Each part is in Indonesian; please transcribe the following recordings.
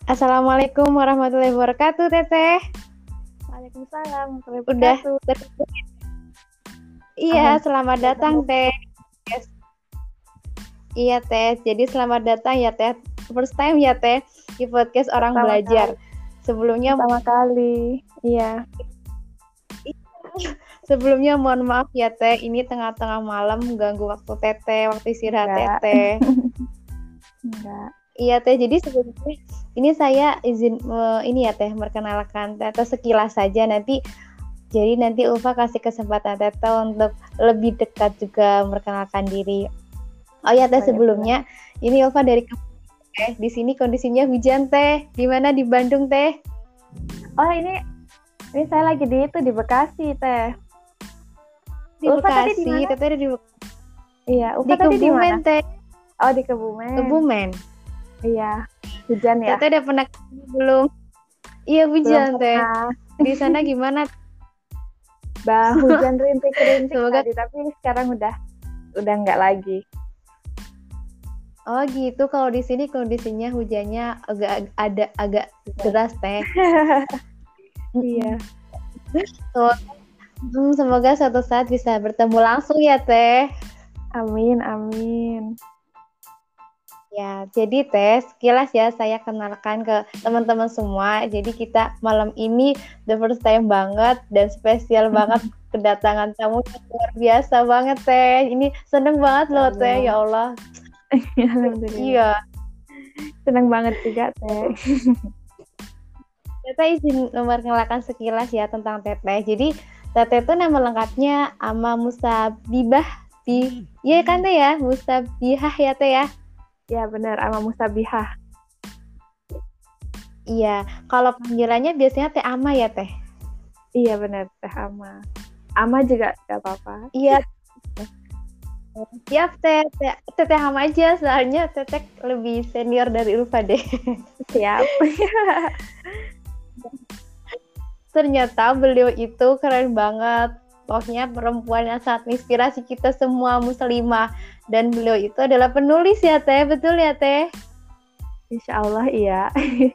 Assalamualaikum warahmatullahi wabarakatuh, Teteh. Waalaikumsalam warahmatullahi Udah wabarakatuh. iya, selamat datang, Alhamdulillah. Teh. Yes. Iya, Teh. Jadi selamat datang ya, Teh. First time ya, Teh, di podcast Orang Pertama kali. Belajar. Sebelumnya Pertama kali. Iya. sebelumnya mohon maaf ya, Teh. Ini tengah-tengah malam ganggu waktu Teteh, waktu istirahat Enggak. Teteh. Enggak. Iya, Teh. Jadi sebelumnya ini saya izin ini ya, Teh, memperkenalkan Teteh sekilas saja nanti Ulfa kasih kesempatan Teteh untuk lebih dekat juga memperkenalkan diri. Oh ya, Teh, Oh ya, boleh. sebelumnya ini Ulfa dari Teh. Di sini kondisinya hujan, Teh. Di mana di Bandung, Teh? Oh, ini saya lagi di Bekasi, Teh. Di Ulfa tadi di Bekasi, mana? Teteh ada Iya, di Ulfa tadi di mana? Kebumen, Teh. Oh, di Kebumen. Kebumen. Iya. Hujan ya? Teteh udah pernah belum? Iya, Belum hujan, Teh. pernah. Di sana gimana? Hujan rintik-rintik Semoga. tadi, tapi sekarang udah enggak lagi. Oh gitu. Kalau di sini kondisinya hujannya agak deras, Teh. Iya. Semoga suatu saat bisa bertemu langsung ya, Teh. Amin, amin. Ya, jadi Teh, sekilas ya saya kenalkan ke teman-teman semua. Jadi kita malam ini the first time banget dan spesial banget kedatangan tamu yang luar biasa banget, Teh. Ini seneng banget loh, Teh. Ya Allah. Alhamdulillah. Iya. Senang banget juga, Teh. Teteh izin memperkenalkan sekilas ya tentang Teteh. Jadi Teteh itu nama lengkapnya Ama Musabibah. Iya kan, Teh ya? Musabihah ya, Teh ya? Ya benar, sama Musabihah. Iya, kalau panggilannya biasanya Teh Ama ya, Teh? Iya benar, Teh Ama. Ama juga gak apa-apa. Iya, siap Teh. Teteh Ama aja, soalnya Teteh lebih senior dari Ulfa deh. Siap. Ternyata beliau itu keren banget. Pokoknya perempuan yang sangat menginspirasi kita semua muslimah. Dan beliau itu adalah penulis ya, Teh. Betul ya, Teh? Insya Allah iya.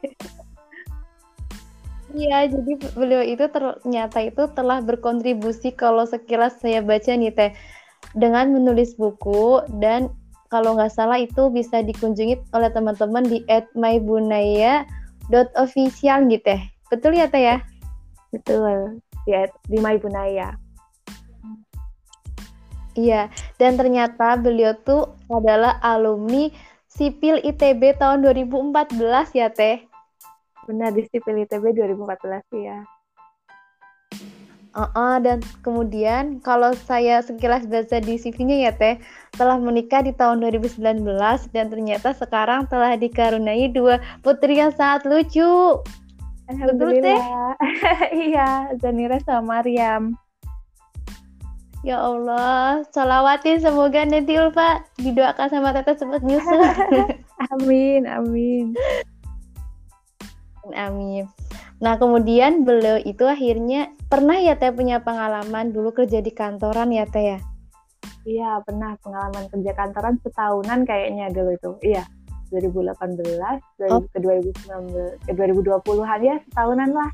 Iya, jadi beliau itu ternyata itu telah berkontribusi kalau sekilas saya baca nih, Teh, dengan menulis buku dan kalau nggak salah itu bisa dikunjungi oleh teman-teman di @mybunaya.official gitu, Teh. Betul ya, Teh ya? Betul. Ya, di My Bunaya. Iya, dan ternyata beliau tuh adalah alumni Sipil ITB tahun 2014 ya, Teh. Benar, di Sipil ITB 2014 ya. Dan kemudian kalau saya sekilas baca di CV-nya ya, Teh, telah menikah di tahun 2019 dan ternyata sekarang telah dikaruniai 2 putri yang sangat lucu. Betul, Teh? Alhamdulillah. Iya, Zanira sama Mariam. Ya Allah, sholawatin semoga nanti Ulfa didoakan sama Teteh cepat nyusul. Amin, amin. Amin. Nah, kemudian beliau itu akhirnya pernah ya, Teh, punya pengalaman dulu kerja di kantoran ya, Teh ya? Iya, pernah pengalaman kerja kantoran setahunan kayaknya dulu itu. Iya, 2018, ke 2019, ke 2020-an ya, setahunan lah.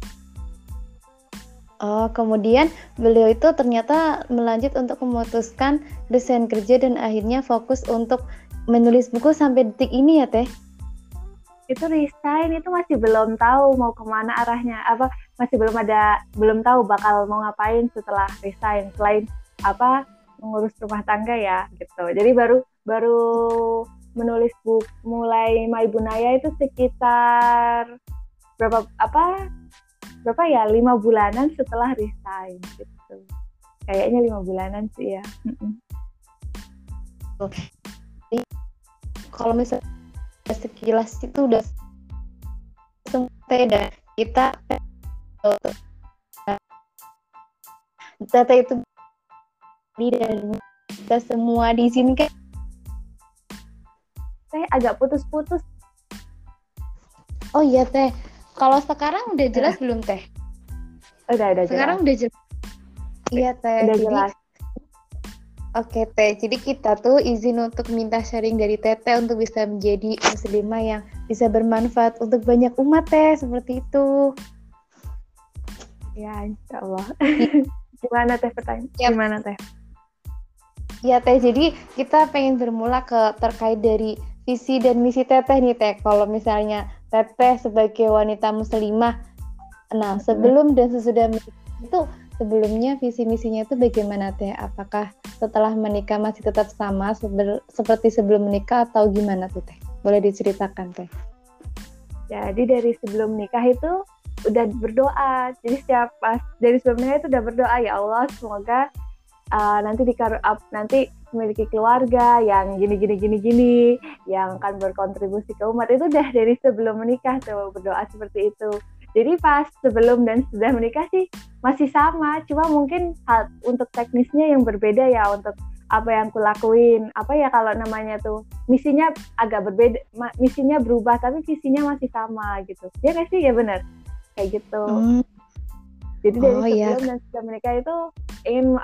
Oh, kemudian beliau itu ternyata melanjut untuk memutuskan desain kerja dan akhirnya fokus untuk menulis buku sampai detik ini ya, Teh? Itu resign itu masih belum tahu mau kemana arahnya, masih belum tahu bakal mau ngapain setelah resign selain mengurus rumah tangga ya gitu. Jadi baru menulis buku mulai My Bunaya itu sekitar berapa ya 5 bulanan setelah resign gitu, kayaknya 5 bulanan sih ya. Kalau misalnya sekilas itu udah dan kita data itu dan kita semua di sini kan. Saya agak putus-putus. Oh iya, Teh, kalau sekarang udah jelas belum, Teh? Udah Sekarang jelas. udah jelas. Iya, Teh. Udah Jadi jelas. Oke Teh, jadi kita tuh izin untuk minta sharing dari Teteh untuk bisa menjadi muslimah yang bisa bermanfaat untuk banyak umat Teh, seperti itu. Ya, insya Allah. Gimana Teh pertanyaan? Yap. Gimana Teh? Ya Teh, jadi kita pengen bermula terkait dari visi dan misi Teteh nih Teh. Kalau misalnya Teteh sebagai wanita muslimah, nah sebelum dan sesudah menikah itu sebelumnya visi misinya itu bagaimana Teh? Apakah setelah menikah masih tetap sama seperti sebelum menikah atau gimana tuh Teh? Boleh diceritakan Teh? Jadi dari sebelum nikah itu udah berdoa. Jadi dari sebelum nikah itu udah berdoa, ya Allah semoga nanti memiliki keluarga yang gini, yang akan berkontribusi ke umat. Itu udah dari sebelum menikah tuh berdoa seperti itu. Jadi pas sebelum dan sudah menikah sih masih sama, cuma mungkin untuk teknisnya yang berbeda ya, untuk apa yang kulakuin, apa ya kalau namanya tuh misinya agak berbeda, misinya berubah tapi visinya masih sama gitu. Ya nggak sih, ya benar kayak gitu. Jadi dari sebelum dan sudah menikah itu ingin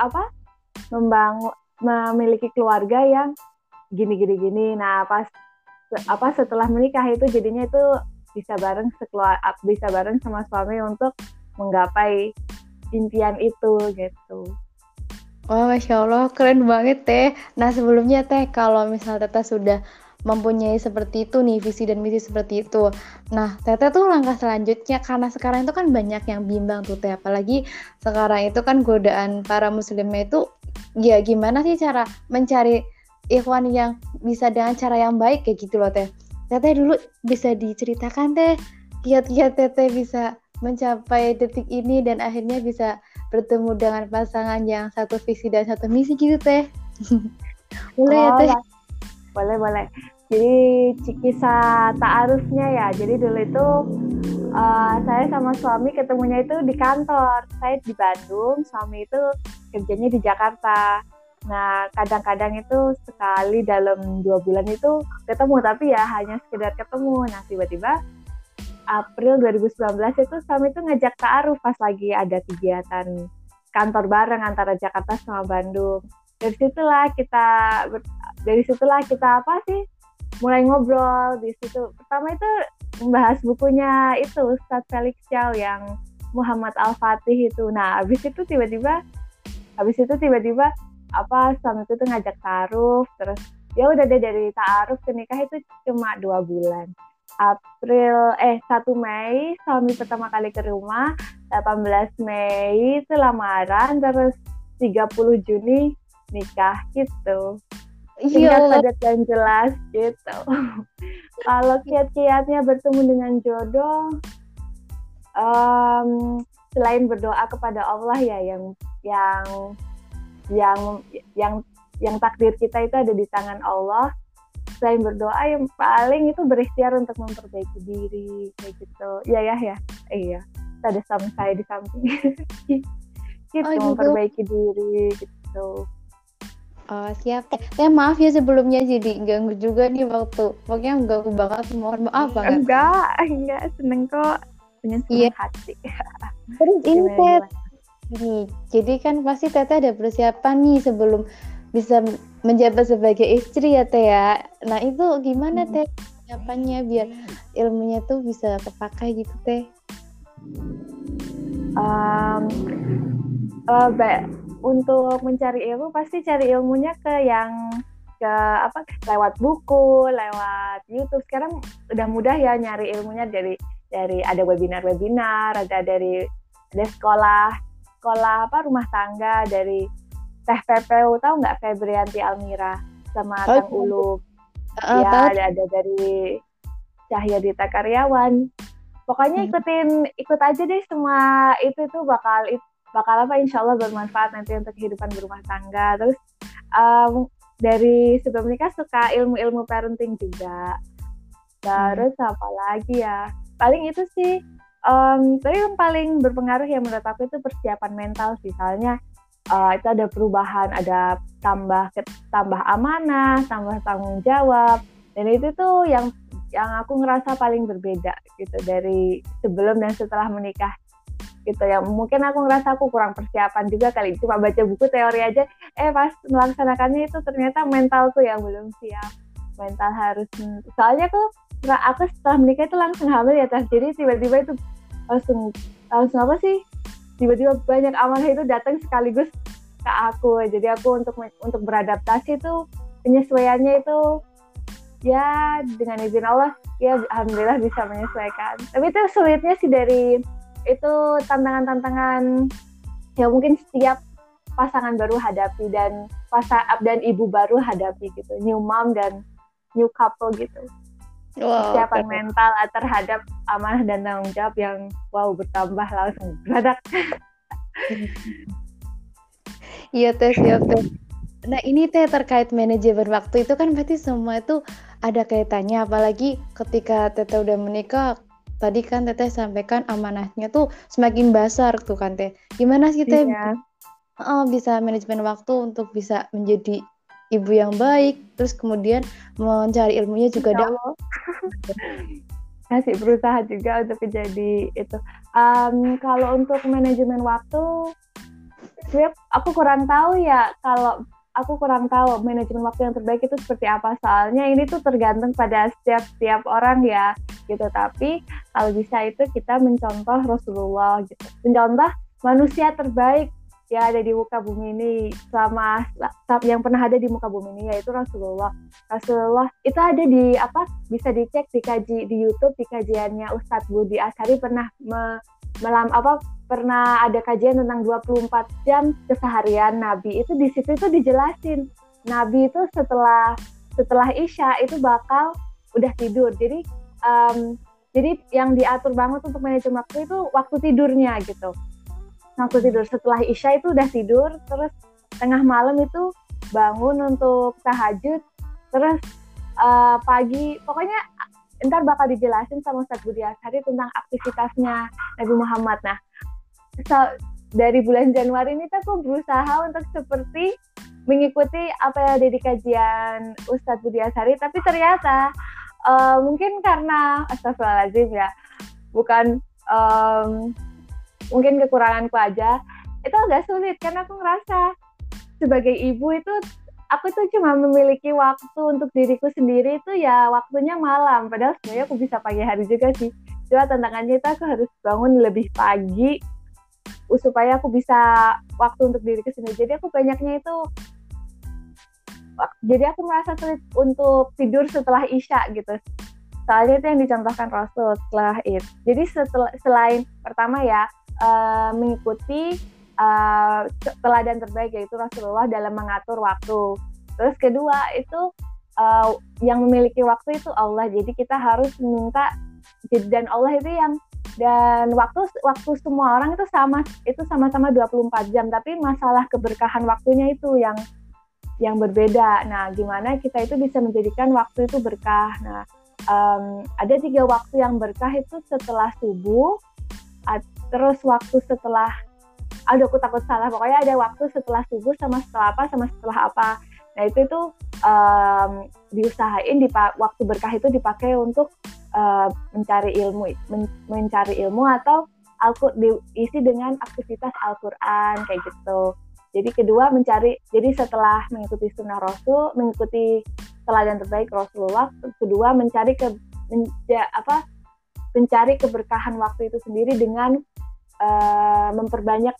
memiliki keluarga yang gini. Nah setelah menikah itu jadinya itu bisa bareng sama suami untuk menggapai impian itu gitu. Wah, Masya Allah, keren banget Teh. Nah sebelumnya Teh, kalau misalnya Teteh sudah mempunyai seperti itu nih, visi dan misi seperti itu. Nah, Teteh tuh langkah selanjutnya, karena sekarang itu kan banyak yang bimbang tuh Teh. Apalagi sekarang itu kan godaan para muslimah itu, ya gimana sih cara mencari ikhwan yang bisa dengan cara yang baik kayak gitu loh Teh. Teteh dulu bisa diceritakan Teh, kiat-kiat Teteh bisa mencapai detik ini dan akhirnya bisa bertemu dengan pasangan yang satu visi dan satu misi gitu Teh. Boleh ya Teh? Boleh. Jadi kisah ta'arufnya ya. Jadi dulu itu saya sama suami ketemunya itu di kantor. Saya di Bandung, suami itu kerjanya di Jakarta. Nah kadang-kadang itu sekali dalam 2 bulan itu ketemu, tapi ya hanya sekedar ketemu. Nah tiba-tiba April 2019 itu suami itu ngajak ta'aruf pas lagi ada kegiatan kantor bareng antara Jakarta sama Bandung. Dari situlah kita mulai ngobrol. Di situ pertama itu membahas bukunya itu Ustadz Felix Chow yang Muhammad Al-Fatih itu. Nah habis itu tiba-tiba suami itu tuh ngajak ta'aruf, terus ya udah deh dari ta'aruf ke nikah itu cuma 2 bulan. 1 Mei suami pertama kali ke rumah, 18 Mei itu lamaran, terus 30 Juni nikah gitu. Singkat, padat, dan jelas gitu. Kalau kiat-kiatnya bertemu dengan jodoh, selain berdoa kepada Allah ya, yang takdir kita itu ada di tangan Allah. Selain berdoa, yang paling itu berikhtiar untuk memperbaiki diri kayak gitu. Iya. Ada suami saya di samping. gitu, memperbaiki diri gitu. Oh siap Teh. Maaf ya sebelumnya jadi ganggu juga nih waktu. Pokoknya ganggu banget, mohon maaf banget. Enggak, seneng kok. Dengan senang hati. Terus ini Teh, jadi kan pasti Teteh ada persiapan nih sebelum bisa menjabat sebagai istri ya Teh ya. Nah itu gimana Teh persiapannya biar ilmunya tuh bisa kepakai gitu Teh? Untuk mencari ilmu pasti cari ilmunya lewat buku, lewat YouTube. Sekarang udah mudah ya nyari ilmunya dari ada webinar, ada sekolah rumah tangga dari Teh PPU, tahu nggak Febrianti Almira sama Kang Ulub. Ada dari Cahya Dita Karyawan. Pokoknya ikut aja deh semua itu bakal insya Allah bermanfaat nanti untuk kehidupan berumah tangga. Terus dari sebelum nikah suka ilmu-ilmu parenting juga. Terus apa lagi ya? Paling itu sih. Tapi yang paling berpengaruh yang menurut aku itu persiapan mental sih. Soalnya itu ada perubahan, ada tambah amanah, tambah tanggung jawab. Dan itu tuh yang aku ngerasa paling berbeda gitu dari sebelum dan setelah menikah. gitu ya. Mungkin aku ngerasa aku kurang persiapan juga kali, cuma baca buku teori aja, pas melaksanakannya itu ternyata mental tuh yang belum siap. Mental harus, soalnya aku setelah menikah itu langsung hamil ya Teh, jadi tiba-tiba itu langsung apa sih, tiba-tiba banyak amanah itu datang sekaligus ke aku. Jadi aku untuk beradaptasi itu, penyesuaiannya itu ya dengan izin Allah ya alhamdulillah bisa menyesuaikan. Tapi itu sulitnya sih dari itu tantangan-tantangan yang mungkin setiap pasangan baru hadapi dan ibu baru hadapi gitu, new mom dan new couple gitu. Wow, Kesiapan mental terhadap amanah dan tanggung jawab yang bertambah langsung beradak. Iya Teh, siap Teh. Nah ini Teh terkait manajemen waktu itu kan berarti semua itu ada kaitannya, apalagi ketika Teteh udah menikah, tadi kan Teteh sampaikan amanahnya tuh semakin besar tuh kan Teh. Gimana sih Teh bisa manajemen waktu untuk bisa menjadi ibu yang baik, terus kemudian mencari ilmunya juga masih berusaha juga untuk menjadi itu. Kalau untuk manajemen waktu, aku kurang tahu ya. Kalau aku kurang tahu manajemen waktu yang terbaik itu seperti apa. Soalnya ini tuh tergantung pada setiap orang ya, gitu. Tapi kalau bisa itu kita mencontoh Rasulullah gitu. Mencontoh manusia terbaik yang ada di muka bumi ini selama yang pernah ada di muka bumi ini, yaitu Rasulullah itu ada di bisa dicek di YouTube, di kajiannya Ustadz Budi Ashari pernah pernah ada kajian tentang 24 jam keseharian Nabi. Itu di situ itu dijelasin Nabi itu setelah Isya itu bakal udah tidur. Jadi yang diatur banget untuk manajemen waktu itu waktu tidurnya gitu. Waktu tidur setelah Isya itu udah tidur, terus tengah malam itu bangun untuk tahajud, terus pagi, pokoknya ntar bakal dijelasin sama Ustadz Budi Ashari tentang aktivitasnya Nabi Muhammad. Nah, dari bulan Januari ini aku berusaha untuk seperti mengikuti apa yang ada di kajian Ustadz Budi Ashari, tapi ternyata mungkin karena astagfirullahaladzim ya, bukan mungkin kekuranganku aja, itu agak sulit karena aku ngerasa sebagai ibu itu aku tuh cuma memiliki waktu untuk diriku sendiri itu ya waktunya malam, padahal sebenarnya aku bisa pagi hari juga sih. Cuma tantangannya itu aku harus bangun lebih pagi supaya aku bisa waktu untuk diriku sendiri. Jadi aku banyaknya itu, jadi aku merasa sulit untuk tidur setelah Isya gitu. Soalnya itu yang dicontohkan Rasul setelah itu. Jadi selain pertama ya mengikuti teladan terbaik yaitu Rasulullah dalam mengatur waktu. Terus kedua itu yang memiliki waktu itu Allah. Jadi kita harus minta, dan Allah itu dan waktu semua orang itu sama-sama 24 jam, tapi masalah keberkahan waktunya itu yang berbeda. Nah, gimana kita itu bisa menjadikan waktu itu berkah. Nah, ada 3 waktu yang berkah itu setelah subuh, terus waktu setelah, aku takut salah, pokoknya ada waktu setelah subuh sama setelah apa. Nah itu diusahain waktu berkah itu dipakai untuk mencari ilmu atau diisi dengan aktivitas Al-Quran kayak gitu. Jadi kedua jadi setelah mengikuti sunnah Rasul, mengikuti teladan terbaik Rasulullah, kedua mencari keberkahan waktu itu sendiri dengan memperbanyak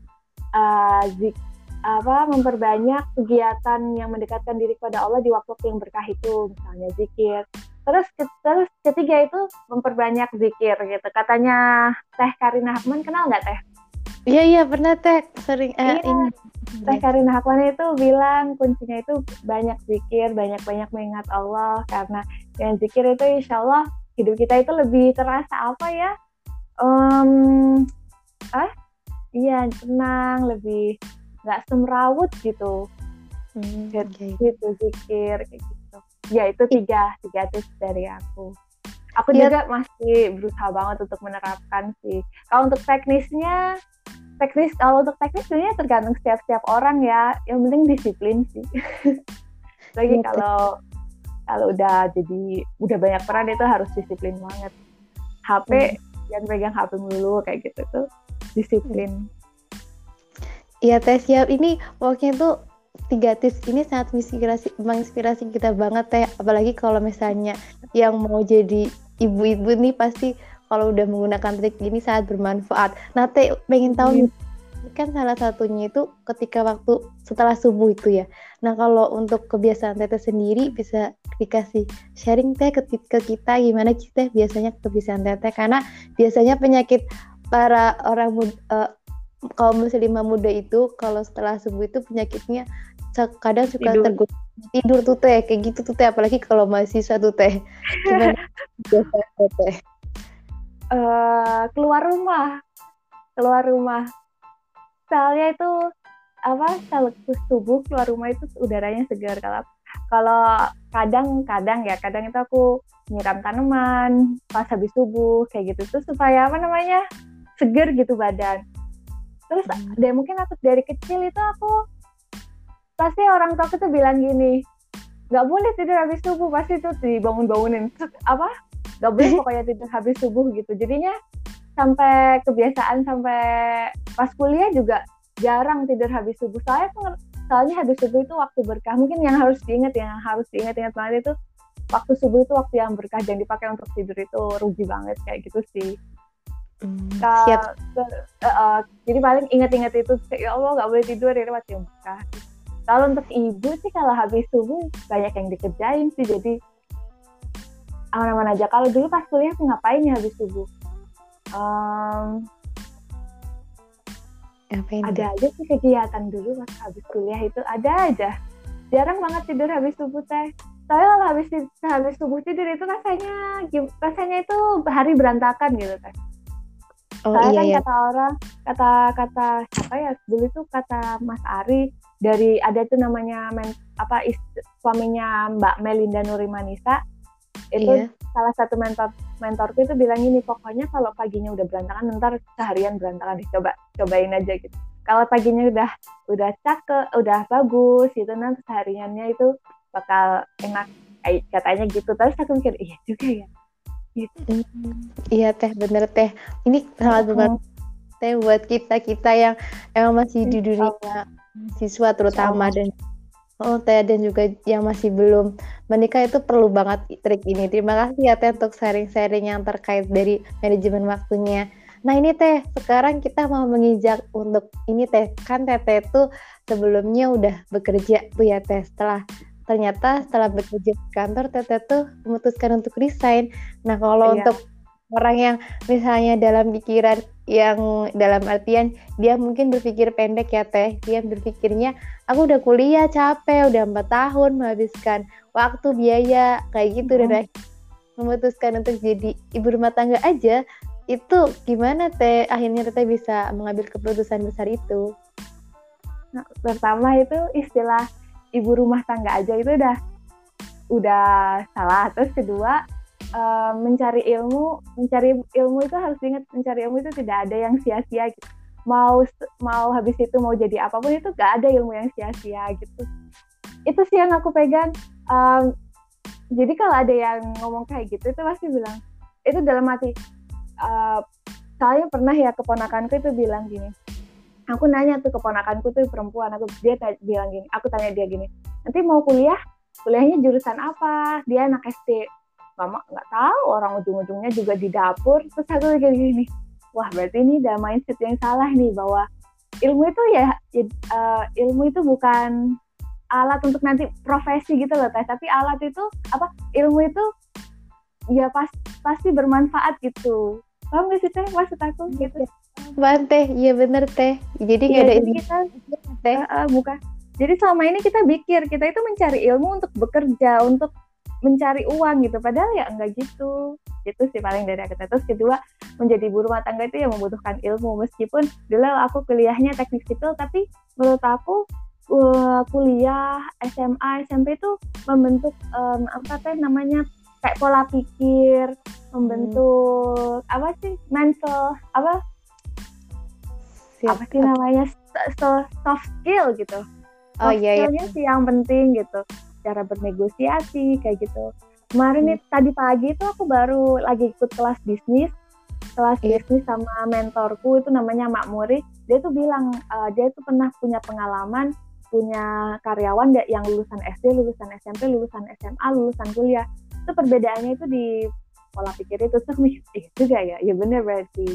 memperbanyak kegiatan yang mendekatkan diri kepada Allah di waktu yang berkah itu, misalnya zikir. Terus ketiga itu memperbanyak zikir gitu. Katanya Teh Karina Hakman, kenal nggak Teh? Iya pernah Teh, sering ini. Teh Karina Hakman itu bilang kuncinya itu banyak zikir, banyak mengingat Allah, karena dengan zikir itu insya Allah hidup kita itu lebih terasa tenang, lebih nggak semrawut gitu. Gitu zikir kayak gitu. Ya itu tiga tips dari aku. Aku juga masih berusaha banget untuk menerapkan sih. Kalau untuk teknisnya sebenarnya tergantung setiap orang ya. Yang penting disiplin sih. Lagi kalau udah banyak peran itu harus disiplin banget. HP jangan pegang HP dulu kayak gitu tuh. disiplin. Iya Teh, siap. Ini pokoknya tuh 3 tips ini sangat menginspirasi kita banget Teh. Apalagi kalau misalnya yang mau jadi ibu-ibu nih pasti kalau udah menggunakan trik ini sangat bermanfaat. Nah Teh, pengen tahu nih, kan salah satunya itu ketika waktu setelah subuh itu ya. Nah kalau untuk kebiasaan Teteh sendiri bisa dikasih sharing Teh ke kita gimana sih Teh biasanya kebiasaan Teteh, karena biasanya penyakit para orang muda, kaum muslimah muda itu kalau setelah subuh itu penyakitnya kadang suka tidur tuh Teh, kayak gitu tuh Teh, apalagi kalau mahasiswa tuh Teh. Gimana biasanya Teh? Keluar rumah. Soalnya itu selepas subuh keluar rumah itu udaranya segar. Kalau kadang itu aku nyiram tanaman pas habis subuh kayak gitu tuh supaya segar gitu badan. Terus mungkin aku dari kecil itu aku pasti orang tua tuh bilang gini, nggak boleh tidur habis subuh, pasti tuh dibangunin nggak boleh pokoknya tidur habis subuh gitu. Jadinya sampai kebiasaan sampai pas kuliah juga jarang tidur habis subuh. Soalnya habis subuh itu waktu berkah. Mungkin yang harus diingat banget itu waktu subuh itu waktu yang berkah, dan dipakai untuk tidur itu rugi banget kayak gitu sih. Siap. Jadi paling ingat-ingat itu, ya Allah nggak boleh tidur di waktu yang berkah. Kalau untuk ibu sih kalau habis subuh banyak yang dikerjain sih, jadi aman-aman aja. Kalau dulu pas kuliah aku ngapain ya habis subuh? Ada aja sih kegiatan dulu pas habis kuliah itu, ada aja. Jarang banget tidur habis subuh Teh. Soalnya kalau habis subuh tidur itu rasanya itu hari berantakan gitu Teh. Soalnya kata orang, kata siapa ya dulu itu, kata Mas Ari, dari ada itu namanya suaminya Mbak Melinda Nurimanisa, itu salah satu mentorku itu bilang ini, pokoknya kalau paginya udah berantakan ntar seharian berantakan deh, cobain aja gitu. Kalau paginya udah cakep, udah bagus gitu, nanti sehariannya itu bakal enak katanya gitu. Terus aku mikir iya juga ya gitu. Iya Teh, bener Teh, ini sangat bermanfaat Teh buat kita yang emang masih di dunia siswa terutama, dan Teh dan juga yang masih belum menikah itu perlu banget trik ini. Terima kasih ya Teh untuk sharing-sharing yang terkait dari manajemen waktunya. Nah ini Teh, sekarang kita mau menginjak untuk ini Teh, kan Teteh tuh sebelumnya udah bekerja tuh ya Teh, ternyata setelah bekerja di kantor Teteh tuh memutuskan untuk resign. Nah kalau untuk orang yang misalnya dalam pikiran yang dalam artian dia mungkin berpikir pendek ya Teh, dia berpikirnya aku udah kuliah capek, udah 4 tahun menghabiskan waktu, biaya kayak gitu, dan memutuskan untuk jadi ibu rumah tangga aja. Itu gimana Teh akhirnya Teteh bisa mengambil keputusan besar itu? Nah, pertama itu istilah ibu rumah tangga aja itu udah salah. Terus kedua, mencari ilmu itu harus diingat, mencari ilmu itu tidak ada yang sia-sia gitu. Mau habis itu mau jadi apapun itu gak ada ilmu yang sia-sia gitu. Itu sih yang aku pegang. Jadi kalau ada yang ngomong kayak gitu itu pasti bilang itu dalam hati. Soalnya pernah ya keponakanku itu bilang gini. Aku nanya tuh keponakanku tuh perempuan, aku tanya dia gini, nanti mau kuliahnya jurusan apa? Dia anak SD. Mama nggak tahu, orang ujung-ujungnya juga di dapur. Terus aku kayak gini, wah berarti ini udah mindset yang salah nih, bahwa ilmu itu ilmu itu bukan alat untuk nanti profesi gitu loh Teh, tapi alat itu ilmu itu ya pasti bermanfaat gitu. Paham nggak sih Teh maksud aku gitu? Bang Teh, iya bener Teh. Jadi nggak ada ilmu Teh. Bukan. Jadi selama ini kita itu mencari ilmu untuk bekerja, untuk mencari uang gitu, padahal ya enggak gitu. Itu sih paling dari aku. Terus kedua, menjadi ibu rumah tangga itu ya membutuhkan ilmu, meskipun dulu aku kuliahnya teknik sipil, tapi menurut aku kuliah SMA SMP itu membentuk kayak pola pikir, membentuk mental soft skill gitu. Skillnya sih yang penting gitu, cara bernegosiasi kayak gitu. Kemarin tadi pagi itu aku baru lagi ikut kelas bisnis, kelas Iya. bisnis sama mentorku itu namanya Mak Muri. Dia tuh bilang dia tuh pernah punya pengalaman punya karyawan yang lulusan SD, lulusan SMP, lulusan SMA, lulusan kuliah. Itu perbedaannya itu di pola pikir itu. Terus mikir, juga ya, ya bener berarti.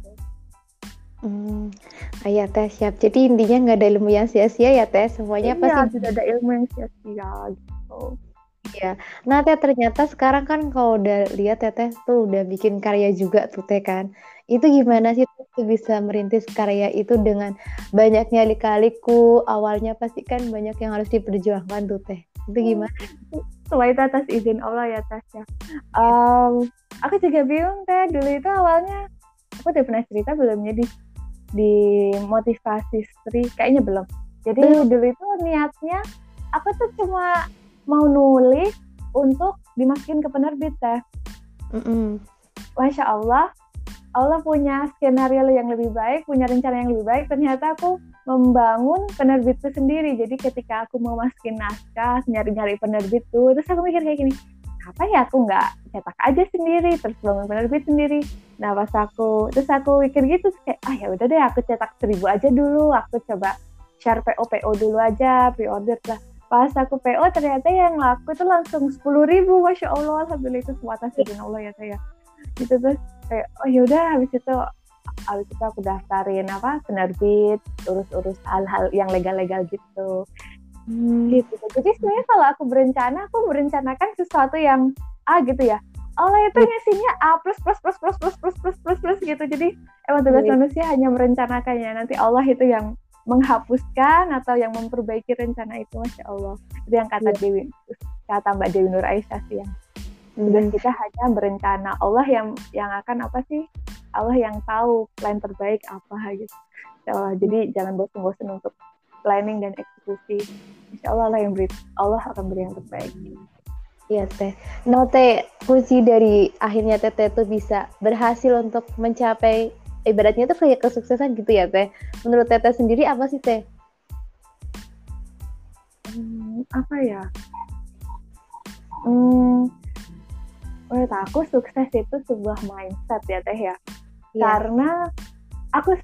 Ya Teh, siap. Jadi intinya nggak ada ilmu yang sia-sia ya Teh, semuanya Iya, pasti. tidak ada ilmu yang sia-sia gitu. Iya. Nah Teh, ternyata sekarang kan kalau udah lihat Teh tuh udah bikin karya juga tuh Teh kan. Itu gimana sih tuh bisa merintis karya itu dengan banyaknya lika-liku, awalnya pasti kan banyak yang harus diperjuangkan tuh Teh. Itu gimana? Semua itu atas izin Allah ya Tasya. Aku juga bingung Teh, dulu itu awalnya aku udah pernah cerita belum ya di motivasi Sri, kayaknya belum. Jadi dulu itu niatnya aku tuh cuma mau nulis untuk dimasukin ke penerbit Teh. Masya Allah, Allah punya skenario yang lebih baik, punya rencana yang lebih baik. Ternyata aku membangun penerbitku sendiri. Jadi ketika aku mau masukin naskah, nyari-nyari penerbit tuh, terus aku mikir kayak gini, apa ya aku nggak cetak aja sendiri, terus bangun penerbit sendiri. Nah terus aku mikir gitu, kayak ya udah deh aku cetak 1000 aja dulu, aku coba share PO dulu aja, pre-order lah. Pas aku PO ternyata yang laku itu langsung 10.000, Masya Allah, alhamdulillah, itu semua atas izin Allah ya saya. Gitu terus kayak yaudah habis itu aku daftarin penerbit, urus hal-hal yang legal-legal gitu. Gitu. Jadi sebenarnya kalau aku merencanakan sesuatu yang gitu ya. Allah itu ngasihnya A plus gitu. Jadi emang tugas manusia hanya merencanakannya. Nanti Allah itu yang menghapuskan atau yang memperbaiki rencana itu, Masya Allah. Itu yang kata Mbak Dewi Nur Aisyah sih yang tugas kita hanya berencana. Allah yang akan apa sih? Allah yang tahu plan terbaik apa gitu. Jadi jangan bosan-bosan untuk planning dan eksekusi. Insya Allah Allah akan beri yang terbaik. Iya Teh. Nah Teh, kunci dari akhirnya Teh itu bisa berhasil untuk mencapai ibaratnya itu kayak kesuksesan gitu ya Teh. Menurut Teh sendiri apa sih Teh? Apa ya? Menurut aku sukses itu sebuah mindset ya Teh ya. Karena aku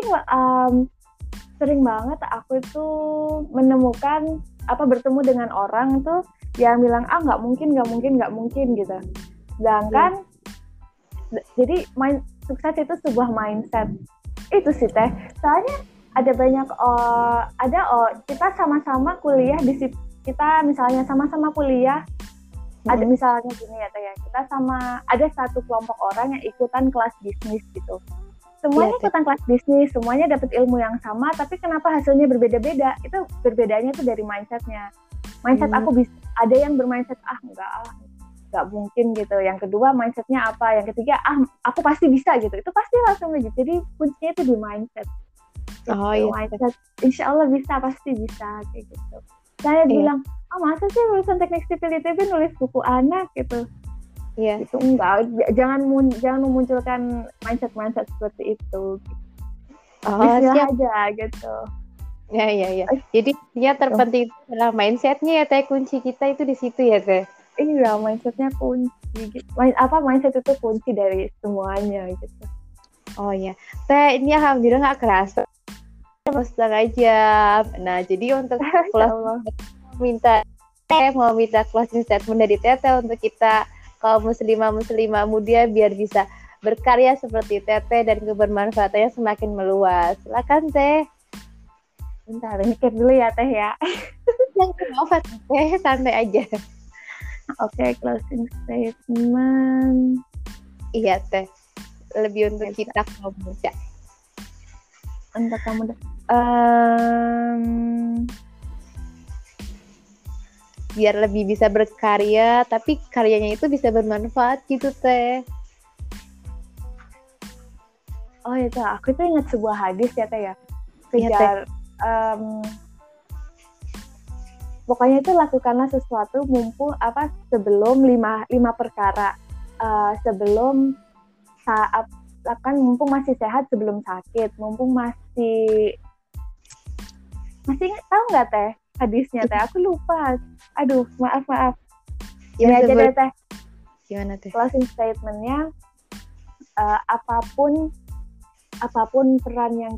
sering banget aku itu menemukan bertemu dengan orang tuh yang bilang nggak mungkin gitu. Sedangkan jadi sukses itu sebuah mindset itu sih Teh. Soalnya ada banyak kita sama-sama kuliah kita misalnya sama-sama kuliah. Ada misalnya gini ya Teh ya, kita ada satu kelompok orang yang ikutan kelas bisnis gitu. Semuanya ikutan kelas bisnis, semuanya dapat ilmu yang sama, tapi kenapa hasilnya berbeda-beda? Itu berbedanya itu dari mindsetnya. Mindset aku bisa, ada yang bermindset nggak mungkin gitu. Yang kedua mindsetnya apa? Yang ketiga aku pasti bisa gitu. Itu pasti langsung gitu. Jadi kuncinya itu di mindset. Mindset, insya Allah bisa, pasti bisa kayak gitu. Saya bilang, masa sih lulusan teknik sipil ITB nulis buku anak gitu. Iya. Itu enggak, jangan memunculkan mindset seperti itu. Bismillah aja gitu. Ya. Jadi ya terpenting adalah mindsetnya ya Teh, kunci kita itu di situ ya Teh. Iya, mindsetnya kunci. Mindset itu kunci dari semuanya gitu. Oh ya, Teh ini alhamdulillah nggak kerasa. Setengah jam. Nah jadi untuk mau minta closing statement dari Teteh untuk kita kaum muslimah muda biar bisa berkarya seperti Teteh dan kebermanfaatannya semakin meluas. Silakan Teh. Bentar, mikir dulu ya Teh ya. Jangan Teh, santai aja. Oke, closing statement. Iya Teh, lebih untuk kita kaum muda. Untuk kamu biar lebih bisa berkarya, tapi karyanya itu bisa bermanfaat gitu Teh. Oh itu, aku tuh ingat sebuah hadis ya Teh ya. Kejar, pokoknya itu lakukanlah sesuatu mumpung sebelum lima perkara. Sebelum saat mumpung masih sehat sebelum sakit, mumpung masih ingat, tahu nggak Teh hadisnya Teh? Aku lupa. Aduh, maaf. Ini aja deh Teh. Gimana Teh? Closing statement-nya, apapun peran yang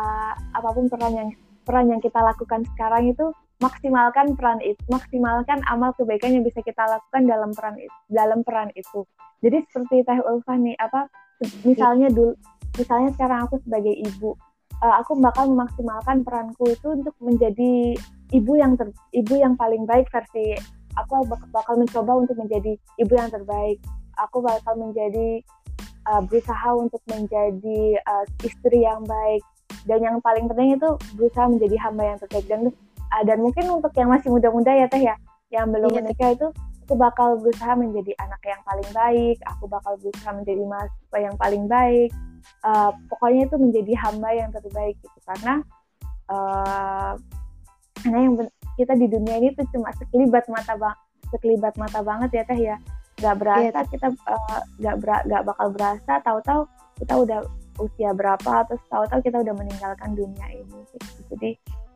kita lakukan sekarang itu maksimalkan amal kebaikan yang bisa kita lakukan dalam peran itu. Jadi seperti Teh Ulfa nih, misalnya sekarang aku sebagai ibu, aku bakal memaksimalkan peranku itu untuk menjadi ibu yang paling baik versi aku. Bakal mencoba untuk menjadi ibu yang terbaik. Aku bakal berusaha untuk menjadi istri yang baik, dan yang paling penting itu berusaha menjadi hamba yang terbaik. Dan mungkin untuk yang masih muda-muda ya Teh ya, yang belum menikah itu, aku bakal berusaha menjadi anak yang paling baik, aku bakal berusaha menjadi mahasiswa yang paling baik, pokoknya itu menjadi hamba yang terbaik gitu. Karena kita di dunia ini tuh cuma sekelibat mata banget ya Teh ya. Nggak berasa kita nggak bakal berasa, tahu-tahu kita udah usia berapa, terus tahu-tahu kita udah meninggalkan dunia ini gitu. Jadi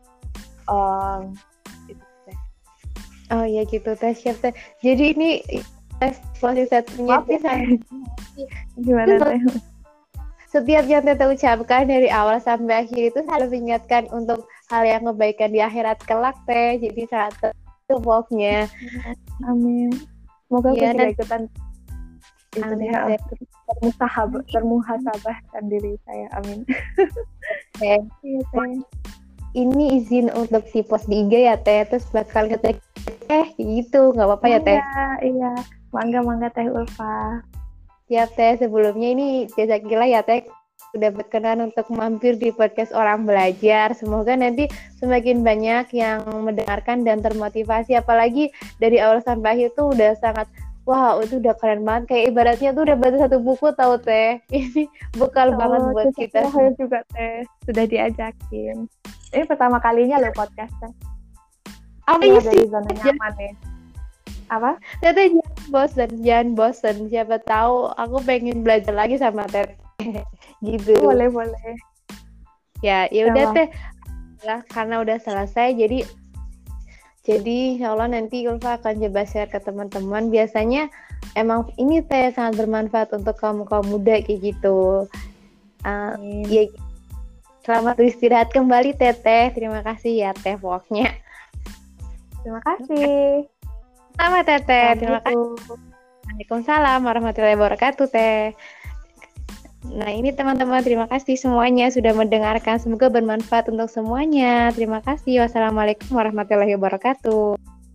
itu Teh. Oh ya gitu Teh, siap Teh. Jadi ini closing statement-nya gimana Teh? Setiap yang Tete ucapkan dari awal sampai akhir itu selalu mengingatkan untuk hal yang kebaikan di akhirat kelak Teh. Jadi saat itu pokoknya. Amin. Semoga aku juga ikutan itu deh, termuhasabahkan diri saya. Amin. Teh. Iya, Teh. Ini izin untuk di post di IG ya Teh, terus bakal ngetek gitu, nggak apa-apa ya Teh? Iya, mangga Teh Ulfa. Siap Teh, sebelumnya ini jazakallah ya Teh sudah berkenan untuk mampir di podcast Orang Belajar. Semoga nanti semakin banyak yang mendengarkan dan termotivasi, apalagi dari awal sampai akhir tuh udah sangat wow, itu udah keren banget, kayak ibaratnya tuh udah baca satu buku tahu Teh. Ini bekal banget buat kita. Saya juga Teh sudah diajakin. Ini pertama kalinya loh podcast Teh. Apa ya dari zona nyaman nih? Apa? Teteh jangan bosen. Siapa tahu aku pengen belajar lagi sama Teteh. Gitu. Boleh. Ya udah Teh. Ya, karena udah selesai, jadi insya Allah nanti Ulfa akan coba share ke teman-teman. Biasanya emang ini Teh sangat bermanfaat untuk kaum muda kayak gitu. Ya, selamat beristirahat kembali Teteh. Terima kasih ya Teh pokoknya. Terima kasih. Sama Teteh. Terima kasih. Waalaikumsalam warahmatullahi wabarakatuh Teh. Nah ini teman-teman, terima kasih semuanya sudah mendengarkan. Semoga bermanfaat untuk semuanya. Terima kasih. Wassalamualaikum warahmatullahi wabarakatuh.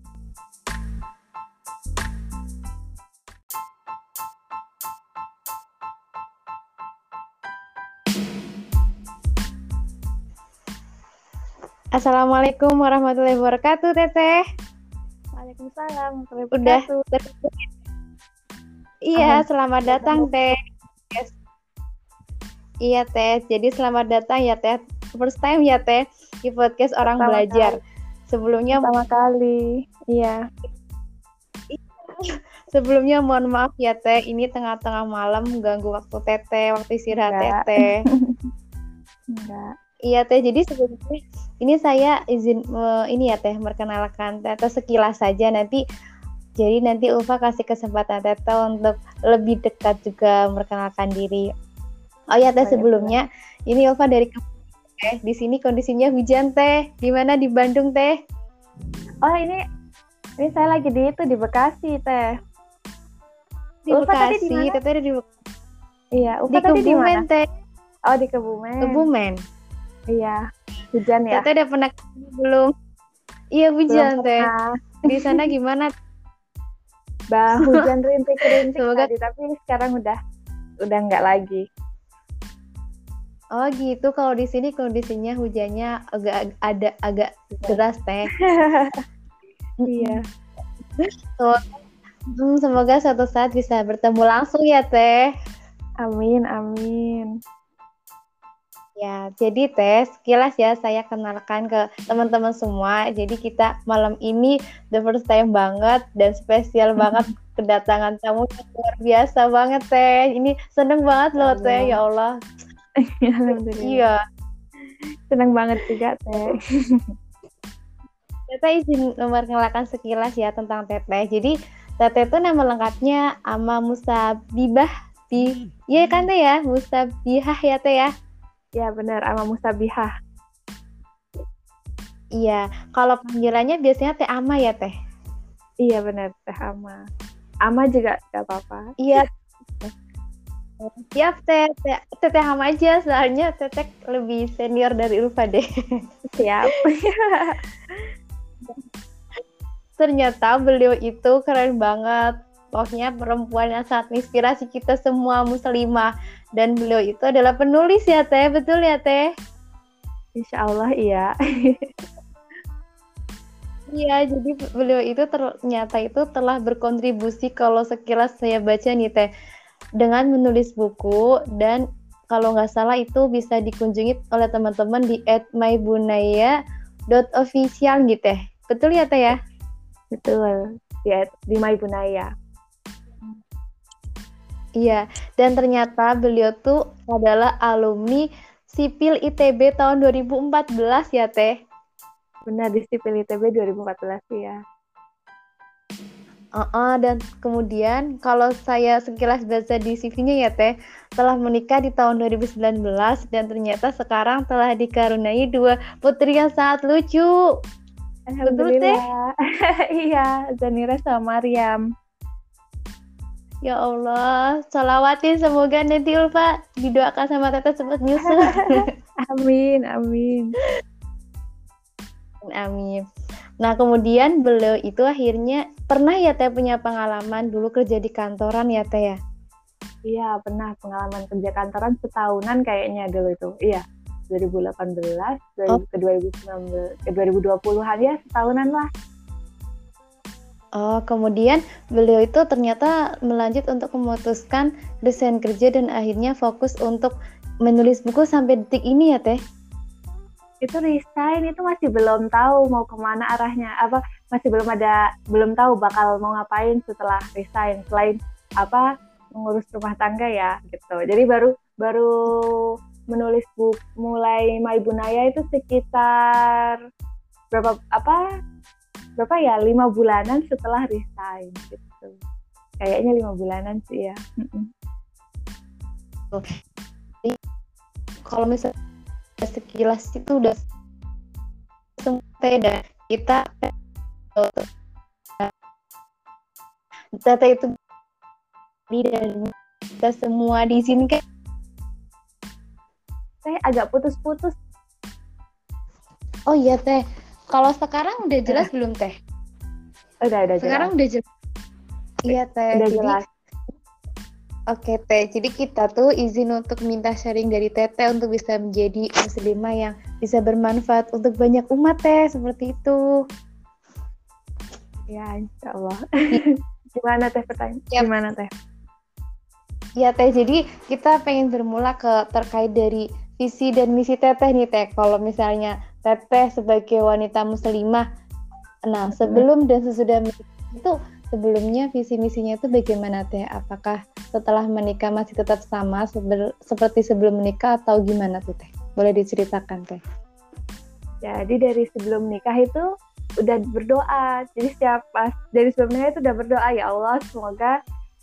Assalamualaikum warahmatullahi wabarakatuh Teteh. Waalaikumsalam warahmatullahi wabarakatuh. Iya, selamat datang Teh. Iya Teh, jadi selamat datang ya Teh. First time ya Teh di podcast Orang Belajar. Sebelumnya pertama kali. Iya. Sebelumnya mohon maaf ya Teh, ini tengah-tengah malam ganggu waktu Teteh, waktu istirahat Teteh. Enggak. Iya Teh, jadi sebelumnya ini saya izin ini ya Teh memperkenalkan Teteh sekilas saja, nanti Ulfa kasih kesempatan Teteh untuk lebih dekat juga memperkenalkan diri. Oh ya Teh, sebelumnya ini Ulfa dari Teh. Di sini kondisinya hujan Teh. Di mana di Bandung Teh? Oh ini saya lagi di Bekasi Teh. Di Bekasi, Teteh ada di Bekasi. Iya, di Kebumen Teh. Oh di Kebumen. Kebumen. Iya, hujan ya. Teteh udah pernah belum? Iya hujan Teh. Di sana gimana? Hujan rintik-rintik tadi, tapi sekarang udah enggak lagi. Oh gitu, kalau di sini kondisinya hujannya agak deras Teh. Iya. Semoga suatu saat bisa bertemu langsung ya Teh. Amin. Ya, jadi Teh, sekilas ya saya kenalkan ke teman-teman semua. Jadi kita malam ini the first time banget dan spesial banget kedatangan tamu yang luar biasa banget Teh. Ini seneng banget loh Teh, ya Allah. Alhamdulillah. Iya. Senang banget juga Teh. Teteh izin memperkenalkan sekilas ya tentang Teteh. Jadi Teteh itu nama lengkapnya Ama Musabibah Iya kan teh ya, Musabihah ya teh ya. Ya benar, Ama Musabihah. Iya, kalau panggilannya biasanya Teh Ama ya Teh. Iya benar, Teh Ama. Ama juga gak apa-apa. Iya, siap Teh. Teh Ama aja, soalnya Teteh lebih senior dari Ulfa deh. Siap. Ternyata beliau itu keren banget. Pokoknya perempuan yang sangat menginspirasi kita semua muslimah. Dan beliau itu adalah penulis ya Teh, betul ya Teh? Insya Allah iya. Iya, jadi beliau itu ternyata itu telah berkontribusi kalau sekilas saya baca nih Teh, dengan menulis buku dan kalau nggak salah itu bisa dikunjungi oleh teman-teman di @mybunaya.official gitu Teh. Betul ya Teh ya? Betul. Di Maibunaya. Iya, dan ternyata beliau tuh adalah alumni Sipil ITB tahun 2014 ya Teh. Benar, di Sipil ITB 2014 ya. Dan kemudian kalau saya sekilas baca di CV-nya ya Teh, telah menikah di tahun 2019 dan ternyata sekarang telah dikaruniai 2 putri yang sangat lucu. Alhamdulillah. Iya, Zanira sama Maryam. Ya Allah, sholawatin semoga nanti Ulfa didoakan sama Teteh cepat nyusul. Amin, amin. Amin. Nah, kemudian beliau itu akhirnya pernah ya Teh punya pengalaman dulu kerja di kantoran ya Teh ya? Iya, pernah pengalaman kerja kantoran setahunan kayaknya dulu itu. Iya, 2018, ke 2019, ke 2020-an ya, setahunan lah. Oh, kemudian beliau itu ternyata melanjut untuk memutuskan desain kerja dan akhirnya fokus untuk menulis buku sampai detik ini ya Teh? Itu resign itu masih belum tahu mau kemana arahnya, masih belum tahu bakal mau ngapain setelah resign selain mengurus rumah tangga ya gitu. Jadi baru menulis buku mulai Maibunaya itu sekitar berapa ya 5 bulanan setelah resign gitu. Kayaknya 5 bulanan sih ya. Kalau misalnya sekilas itu udah dan kita data itu dan kita semua diizinkan. Saya agak putus-putus. Oh iya Teh, kalau sekarang udah jelas belum Teh? Udah sekarang jelas. udah jelas. Iya Teh. Udah jadi, jelas. Oke Teh, jadi kita tuh izin untuk minta sharing dari Teteh untuk bisa menjadi muslimah yang bisa bermanfaat untuk banyak umat Teh, seperti itu. Ya, insya Allah. Gimana Teh pertanyaan? Yep. Gimana Teh? Ya Teh, jadi kita pengen bermula terkait dari visi dan misi Teteh nih Teh. Kalau misalnya Teteh sebagai wanita muslimah, nah sebelum dan sesudah menikah itu sebelumnya visi misinya itu bagaimana Teh? Apakah setelah menikah masih tetap sama seperti sebelum menikah atau gimana tuh Teh? Boleh diceritakan Teh? Jadi dari sebelum nikah itu udah berdoa. Jadi dari sebelum nikah itu udah berdoa, ya Allah semoga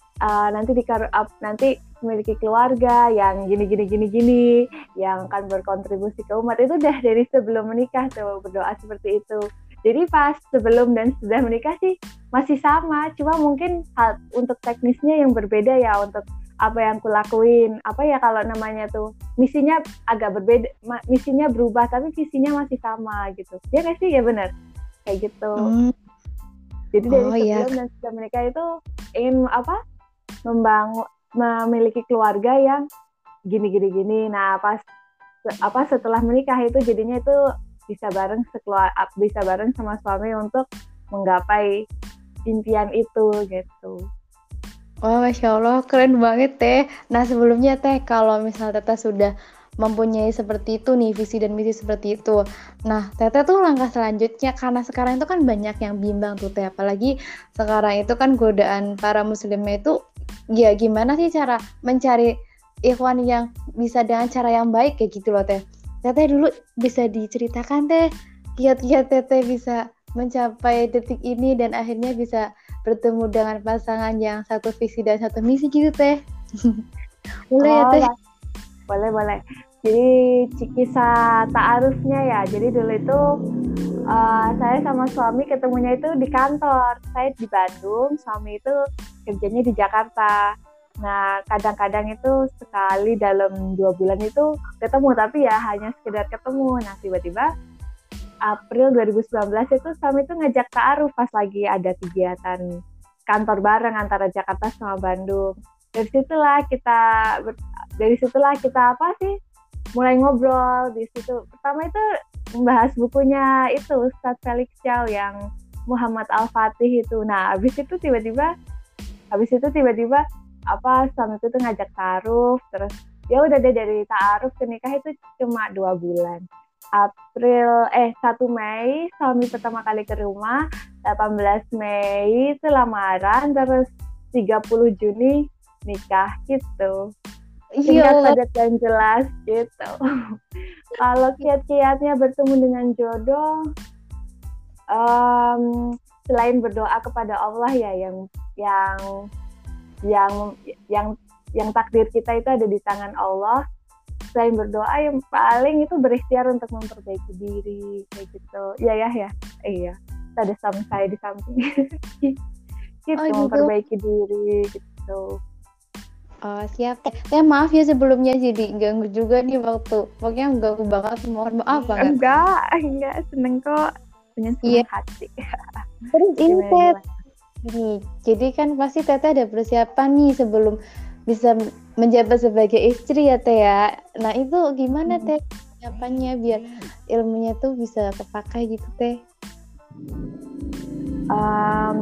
nanti memiliki keluarga yang gini, yang akan berkontribusi ke umat. Itu udah dari sebelum menikah tuh berdoa seperti itu. Jadi pas sebelum dan sudah menikah sih masih sama, cuma mungkin untuk teknisnya yang berbeda ya, untuk apa yang kulakuin, kalau namanya tuh misinya agak berbeda, misinya berubah tapi visinya masih sama gitu. Ya nggak sih? Ya benar kayak gitu. Jadi dari sebelum dan sudah menikah itu ingin memiliki keluarga yang gini. Nah setelah menikah itu jadinya itu bisa bareng sama suami untuk menggapai impian itu gitu. Oh, Masya Allah, keren banget Teh. Nah sebelumnya Teh, kalau misalnya Teteh sudah mempunyai seperti itu nih, visi dan misi seperti itu. Nah Teteh tuh langkah selanjutnya, karena sekarang itu kan banyak yang bimbang tuh Teh. Apalagi sekarang itu kan godaan para muslimah itu, ya gimana sih cara mencari ikhwan yang bisa dengan cara yang baik kayak gitu loh Teh. Teteh dulu bisa diceritakan Teh, kiat-kiat Teteh bisa mencapai detik ini dan akhirnya bisa bertemu dengan pasangan yang satu visi dan satu misi gitu Teh. Boleh ya Oh, Teh? boleh boleh. Jadi kisah ta'arufnya ya. Jadi dulu itu saya sama suami ketemunya itu di kantor. Saya di Bandung, suami itu kerjanya di Jakarta. Nah, kadang-kadang itu sekali dalam 2 bulan itu ketemu, tapi ya hanya sekedar ketemu. Nah, tiba-tiba April 2019 itu suami itu ngajak ta'aruf pas lagi ada kegiatan kantor bareng antara Jakarta sama Bandung. Dari situlah kita apa sih mulai ngobrol di situ. Pertama itu membahas bukunya itu Ustadz Felix Chow yang Muhammad Al-Fatih itu. Nah, habis itu tiba-tiba apa suami itu tuh ngajak taruh, terus ya udah deh dari taaruf ke nikah itu cuma 2 bulan. 1 Mei suami pertama kali ke rumah, 18 Mei itu lamaran, terus 30 Juni nikah gitu. Iya Singkat, Allah. padat, dan jelas gitu. Kalau kiat-kiatnya bertemu dengan jodoh, selain berdoa kepada Allah ya yang yang yang yang takdir kita itu ada di tangan Allah. Selain berdoa yang paling itu berikhtiar untuk memperbaiki diri kayak gitu. Ya. Iya. Ada suami saya di samping. Oh Gitu, gitu. memperbaiki diri gitu. Oh, siap Teh. Teh maaf ya sebelumnya jadi ganggu juga nih waktu. Pokoknya ganggu banget, mohon maaf banget. Enggak, seneng kok. Dengan Iya, senang hati. terus ini Gimana Teh, gimana? ini. Jadi kan pasti Teteh ada persiapan nih sebelum bisa menjabat sebagai istri ya Teh ya. Nah itu gimana Teh persiapannya biar ilmunya tuh bisa kepakai gitu Teh? Um,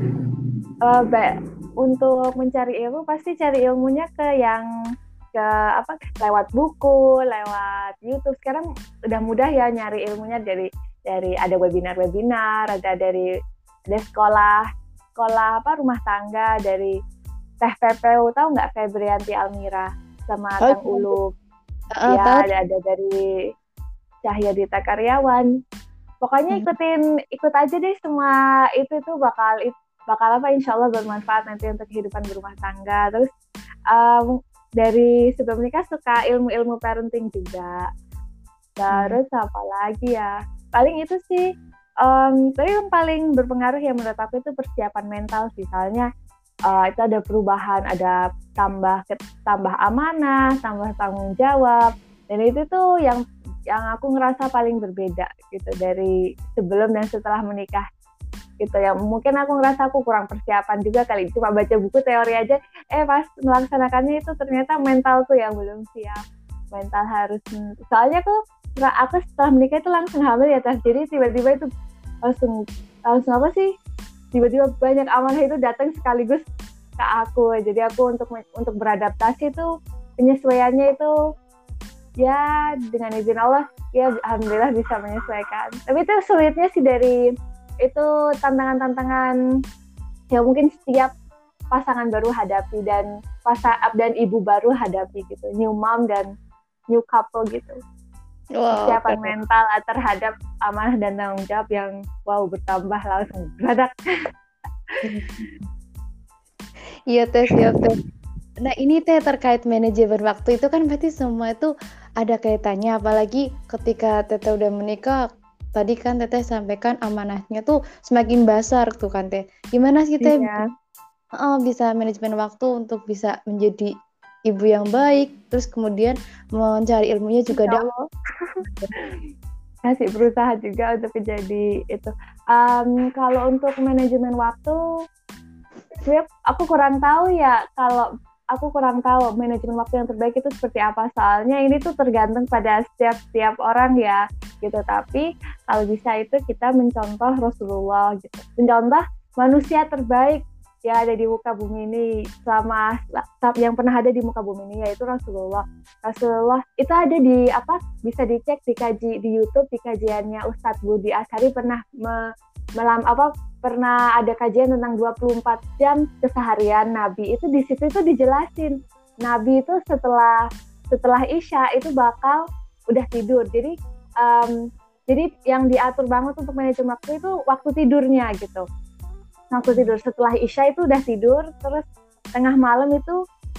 untuk mencari ilmu pasti cari ilmunya ke apa lewat buku, lewat YouTube. Sekarang udah mudah ya nyari ilmunya dari ada webinar, ada sekolah apa rumah tangga dari Teh PPU, tahu nggak Febrianti Almira sama Oh, Kang Ulu. tahu. Ya ada dari Cahya Dita Karyawan. Pokoknya ikut aja deh semua itu bakal apa insya Allah bermanfaat nanti untuk kehidupan berumah tangga. Terus dari sebelum nikah suka ilmu-ilmu parenting juga. Terus apa lagi ya? Paling itu sih. Tapi yang paling berpengaruh ya menurut aku itu persiapan mental sih. Soalnya itu ada perubahan, ada tambah amanah, tambah tanggung jawab. Dan itu tuh yang aku ngerasa paling berbeda gitu dari sebelum dan setelah menikah gitu ya. Mungkin aku ngerasa aku kurang persiapan juga kali, cuma baca buku teori aja, pas melaksanakannya itu ternyata mental tuh yang belum siap. Mental harus, soalnya aku setelah menikah itu langsung hamil ya Teh, jadi tiba-tiba itu langsung apa sih, tiba-tiba banyak amanah itu datang sekaligus ke aku. Jadi aku untuk beradaptasi itu penyesuaiannya itu ya dengan izin Allah ya alhamdulillah bisa menyesuaikan. Tapi itu sulitnya sih dari itu tantangan-tantangan yang mungkin setiap pasangan baru hadapi dan ibu baru hadapi gitu, new mom dan new couple gitu. Wow, Persiapan mental terhadap amanah dan tanggung jawab yang bertambah langsung beradak. Iya Teh, siap Teh. Nah ini Teh terkait manajemen waktu itu kan berarti semua itu ada kaitannya, apalagi ketika Teteh udah menikah. Tadi kan Teteh sampaikan amanahnya tuh semakin besar tuh kan Teh. Gimana sih Teh Iya. bisa manajemen waktu untuk bisa menjadi ibu yang baik, terus kemudian mencari ilmunya juga Insya Allah. Masih berusaha juga untuk menjadi itu. Kalau untuk manajemen waktu, sebenarnya aku kurang tahu ya. Kalau aku kurang tahu manajemen waktu yang terbaik itu seperti apa. Soalnya ini tuh tergantung pada setiap orang ya, gitu. Tapi kalau bisa itu kita mencontoh Rasulullah gitu. Mencontoh manusia terbaik yang ada di muka bumi ini selama yang pernah ada di muka bumi ini, yaitu Rasulullah itu ada bisa dicek di YouTube, di kajiannya Ustadz Budi Ashari pernah pernah ada kajian tentang 24 jam keseharian Nabi. Itu di situ itu dijelasin Nabi itu setelah Isya itu bakal udah tidur. Jadi yang diatur banget untuk manajemen waktu itu waktu tidurnya gitu. Waktu tidur setelah Isya itu udah tidur, terus tengah malam itu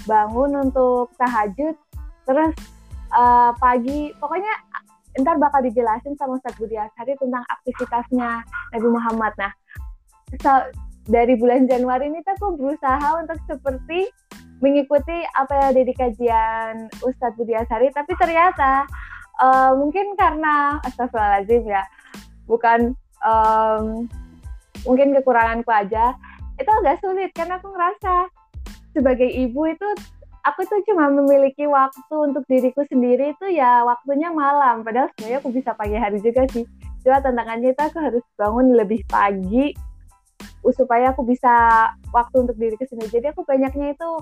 bangun untuk tahajud, terus pagi, pokoknya ntar bakal dijelasin sama Ustadz Budi Ashari tentang aktivitasnya Nabi Muhammad. Nah, dari bulan Januari ini tuh aku berusaha untuk seperti mengikuti apa yang ada di kajian Ustadz Budi Ashari, tapi ternyata mungkin karena astagfirullahaladzim ya, bukan mungkin kekuranganku aja, itu agak sulit karena aku ngerasa sebagai ibu itu aku tuh cuma memiliki waktu untuk diriku sendiri itu ya waktunya malam, padahal sebenarnya aku bisa pagi hari juga sih. Cuma tantangannya itu aku harus bangun lebih pagi supaya aku bisa waktu untuk diriku sendiri. Jadi aku banyaknya itu,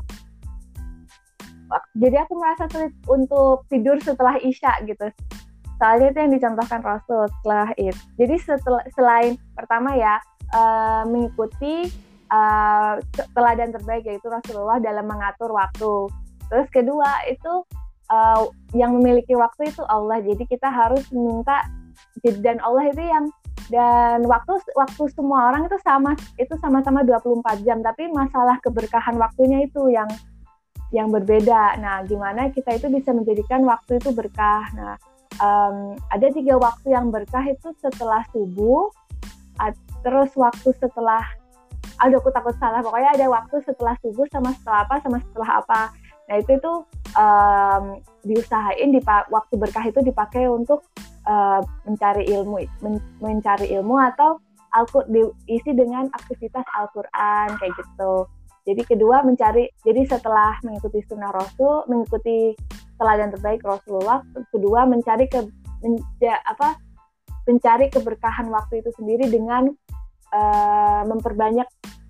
jadi aku merasa sulit untuk tidur setelah Isya gitu. Soalnya itu yang dicontohkan Rasul setelah itu. Jadi selain pertama ya mengikuti teladan terbaik yaitu Rasulullah dalam mengatur waktu. Terus kedua itu yang memiliki waktu itu Allah. Jadi kita harus minta, dan Allah itu yang, dan waktu semua orang itu sama-sama 24 jam, tapi masalah keberkahan waktunya itu yang berbeda. Nah, gimana kita itu bisa menjadikan waktu itu berkah. Nah, ada 3 waktu yang berkah itu setelah subuh, terus waktu setelah, aduh aku takut salah, pokoknya ada waktu setelah subuh sama setelah apa sama setelah apa. Nah itu diusahain waktu berkah itu dipakai untuk mencari ilmu atau diisi dengan aktivitas Al-Quran kayak gitu. Jadi kedua jadi setelah mengikuti sunnah Rasul, mengikuti teladan terbaik Rasulullah, kedua mencari keberkahan waktu itu sendiri dengan memperbanyak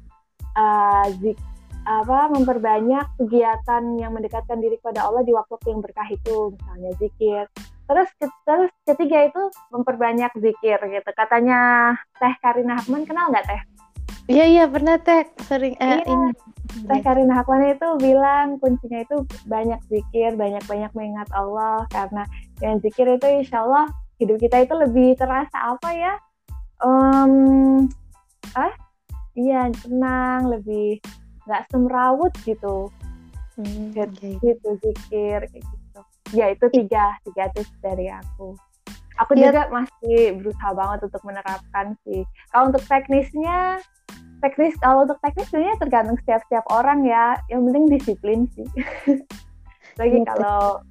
memperbanyak kegiatan yang mendekatkan diri kepada Allah di waktu yang berkah itu, misalnya zikir. Terus ketiga itu memperbanyak zikir gitu. Katanya Teh Karina Hakman, kenal nggak Teh? Iya pernah Teh, sering ini. Teh Karina Hakman itu bilang kuncinya itu banyak zikir, banyak mengingat Allah, karena dengan zikir itu insya Allah hidup kita itu lebih terasa apa ya? Iya, tenang, lebih nggak semrawut gitu. Gitu zikir kayak gitu. Ya itu tiga tips dari aku. Aku juga masih berusaha banget untuk menerapkan sih. Kalau untuk kalau untuk teknis sebenarnya tergantung setiap orang ya. Yang penting disiplin sih. Lagi kalau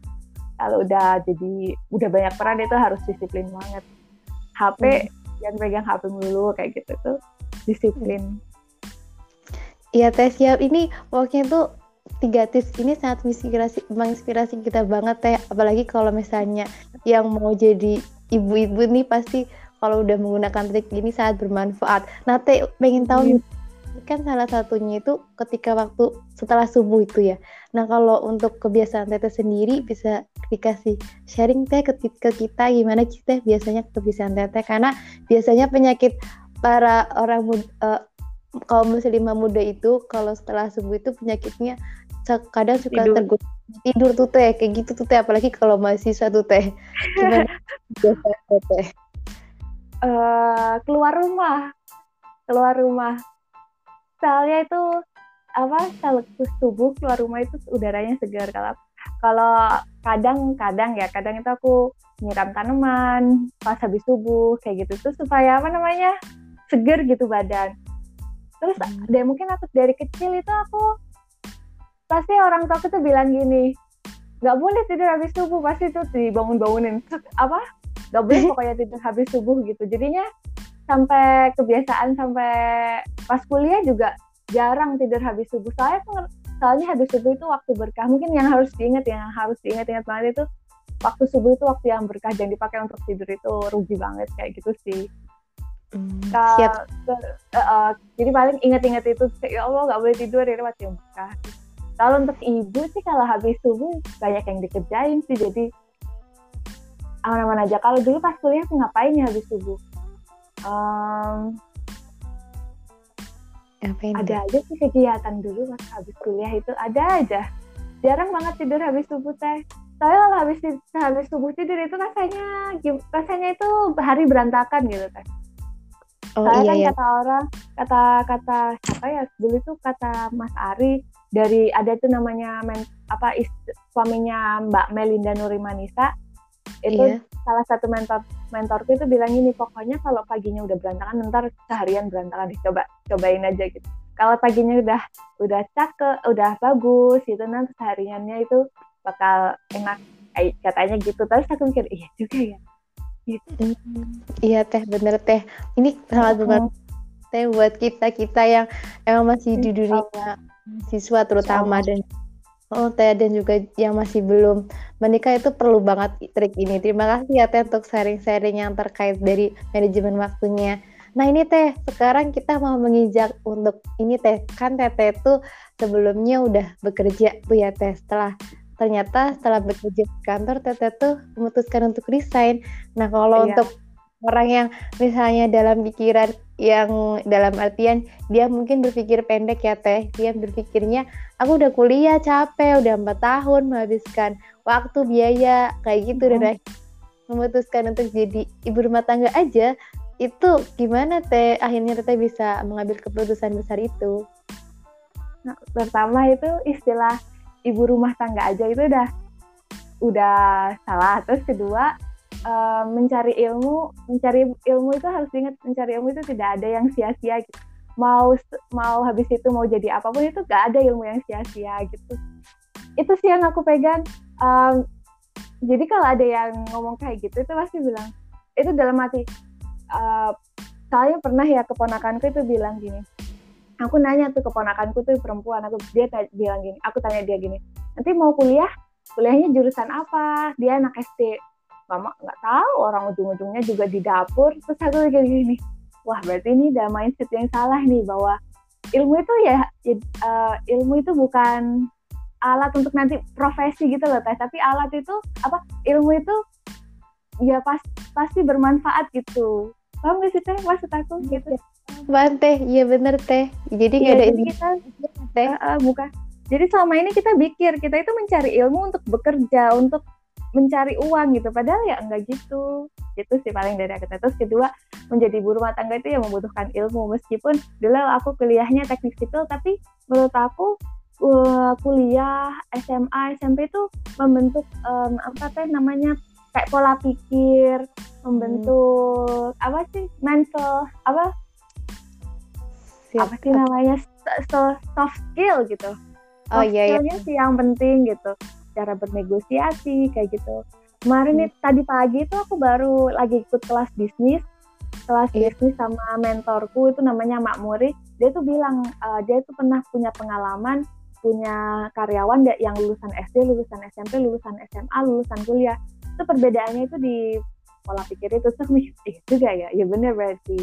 udah banyak peran itu harus disiplin banget. HP jangan pegang HP dulu kayak gitu tuh. Disiplin. Iya Teh, siap. Ini pokoknya tuh 3 tips ini sangat menginspirasi kita banget Teh. Apalagi kalau misalnya yang mau jadi ibu-ibu nih pasti kalau udah menggunakan trik ini sangat bermanfaat. Nah Teh, pengen tahu kan salah satunya itu ketika waktu setelah subuh itu ya. Nah kalau untuk kebiasaan Teteh sendiri bisa dikasih sharing Teh ke kita gimana sih Teh biasanya kebiasaan Teteh, karena biasanya penyakit para orang kaum muslimah muda itu kalau setelah subuh itu penyakitnya kadang suka tidur tuh Teh, kayak gitu tuh Teh, apalagi kalau mahasiswa tuh Teh. Gimana biasanya Teh? Keluar rumah. Soalnya itu selepas subuh keluar rumah itu udaranya segar. Kalau kadang itu aku nyiram tanaman pas habis subuh kayak gitu tuh supaya segar gitu badan. Terus mungkin aku dari kecil itu aku pasti orang tua aku tuh bilang gini, nggak boleh tidur habis subuh, pasti tuh dibangunin nggak boleh pokoknya tidur habis subuh gitu. Jadinya sampai kebiasaan sampai pas kuliah juga jarang tidur habis subuh. Soalnya habis subuh itu waktu berkah. Mungkin yang harus diingat banget itu waktu subuh itu waktu yang berkah, dan dipakai untuk tidur itu rugi banget kayak gitu sih. Siap. Jadi paling ingat-ingat itu, ya Allah nggak boleh tidur di waktu yang berkah. Kalau untuk ibu sih kalau habis subuh banyak yang dikerjain sih, jadi aman-aman aja. Kalau dulu pas kuliah aku ngapain ya habis subuh? Ada aja sih kegiatan dulu pas habis kuliah itu, ada aja. Jarang banget tidur habis subuh Teh. Soalnya kalau habis subuh tidur itu rasanya itu hari berantakan gitu Teh. Soalnya kata orang, kata siapa ya dulu itu, kata Mas Ari, dari ada tuh namanya suaminya Mbak Melinda Nurimanisa itu Iya. salah satu mentorku itu bilang ini, pokoknya kalau paginya udah berantakan ntar seharian berantakan deh, cobain aja gitu. Kalau paginya udah cakep, udah bagus gitu, nanti sehariannya itu bakal enak katanya gitu. Terus aku mikir iya juga ya gitu. Iya teh, bener teh. Ini sangat bermanfaat teh buat kita yang emang masih di dunia siswa terutama, dan teh, dan juga yang masih belum menikah itu perlu banget trik ini. Terima kasih ya teh untuk sharing-sharing yang terkait dari manajemen waktunya. Nah ini teh, sekarang kita mau menginjak untuk ini teh, kan teteh tuh sebelumnya udah bekerja tuh ya teh, ternyata setelah bekerja di kantor teteh tuh memutuskan untuk resign. Nah kalau untuk orang yang misalnya dalam pikiran yang dalam artian dia mungkin berpikir pendek ya teh, dia berpikirnya aku udah kuliah capek, udah 4 tahun menghabiskan waktu, biaya kayak gitu, dan memutuskan untuk jadi ibu rumah tangga aja. Itu gimana teh akhirnya teteh bisa mengambil keputusan besar itu? Nah, pertama itu istilah ibu rumah tangga aja itu udah salah. Terus kedua, mencari ilmu itu harus diingat, mencari ilmu itu tidak ada yang sia-sia gitu. Mau habis itu mau jadi apapun itu gak ada ilmu yang sia-sia gitu. Itu sih yang aku pegang. Jadi kalau ada yang ngomong kayak gitu itu pasti bilang, itu dalam hati, soalnya pernah ya keponakanku itu bilang gini, aku nanya tuh keponakanku tuh perempuan, bilang gini, aku tanya dia gini, nanti mau kuliahnya jurusan apa? Dia anak SD. Mama nggak tahu, orang ujung-ujungnya juga di dapur. Terus aku kayak gini, wah berarti ini udah mindset yang salah nih, bahwa ilmu itu ilmu itu bukan alat untuk nanti profesi gitu loh teh, tapi alat itu ilmu itu ya pasti bermanfaat gitu. Paham nggak sih teh maksud aku gitu? Bang teh, iya bener teh. Jadi nggak ada ilmu kita teh. Bukan. Jadi selama ini kita pikir kita itu mencari ilmu untuk bekerja, untuk mencari uang gitu, padahal ya enggak gitu. Itu sih paling dari aku. Terus kedua, menjadi ibu rumah tangga itu ya membutuhkan ilmu, meskipun dulu aku kuliahnya teknik sipil, tapi menurut aku kuliah SMA SMP itu membentuk kayak pola pikir, membentuk mental soft skill gitu. Skillnya sih yang penting gitu, cara bernegosiasi kayak gitu. Kemarin tadi pagi itu aku baru lagi ikut kelas bisnis sama mentorku itu namanya Mak Muri. Dia tuh bilang dia tuh pernah punya pengalaman, punya karyawan yang lulusan SD, lulusan SMP, lulusan SMA, lulusan kuliah. Itu perbedaannya itu di pola pikir itu. Terus aku mikir, juga ya bener berarti.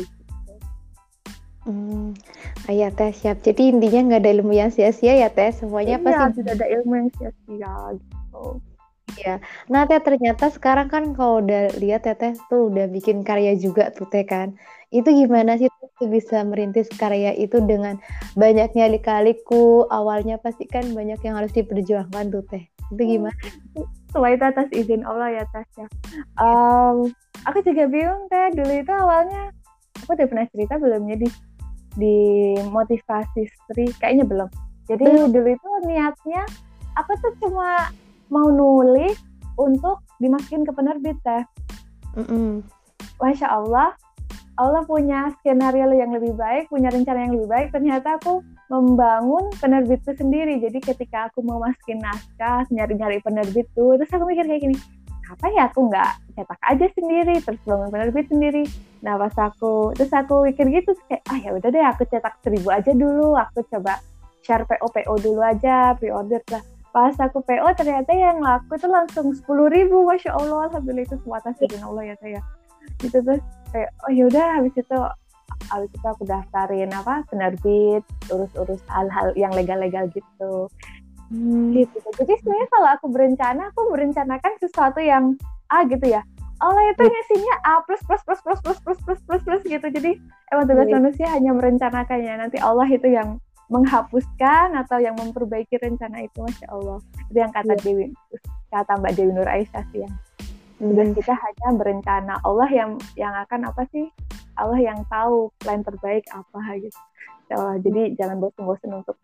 Iya teh, siap. Jadi intinya nggak ada ilmu yang sia-sia ya teh, semuanya pasti tidak ada ilmu yang sia-sia gitu. Iya. Nah teh, ternyata sekarang kan kalau udah lihat teh tuh udah bikin karya juga tuh teh kan. Itu gimana sih tuh bisa merintis karya itu dengan banyaknya lika-liku? Awalnya pasti kan banyak yang harus diperjuangkan tuh teh. Itu gimana? Semua itu atas izin Allah ya teh ya. Aku juga bingung teh, dulu itu awalnya aku udah pernah cerita belumnya di motivasi Sri, kayaknya belum. Jadi dulu itu niatnya aku tuh cuma mau nulis untuk dimasukin ke penerbit teh. Masya Allah punya skenario yang lebih baik, punya rencana yang lebih baik. Ternyata aku membangun penerbitku sendiri. Jadi ketika aku mau masukin naskah, nyari-nyari penerbit tuh, terus aku mikir kayak gini, apa ya aku nggak cetak aja sendiri, terus bangun penerbit sendiri. Nah pas aku mikir gitu, kayak ya udah deh aku cetak 1000 aja dulu, aku coba share PO dulu aja, pre-order lah. Pas aku PO ternyata yang laku itu langsung 10.000, Masya Allah, alhamdulillah, itu semua atas izin Allah ya saya. Gitu, terus kayak yaudah, habis itu aku daftarin penerbit, urus hal-hal yang legal-legal gitu. Gitu. Jadi sebenarnya kalau aku merencanakan sesuatu yang gitu ya. Allah itu ngasihnya A plus gitu. Jadi emang tugas manusia hanya merencanakannya. Nanti Allah itu yang menghapuskan atau yang memperbaiki rencana itu. Masya Allah. Itu yang kata Mbak Dewi Nur Aisyah sih, yang tugas kita hanya berencana. Allah yang akan Allah yang tahu plan terbaik apa gitu. Jadi jangan bosan-bosan untuk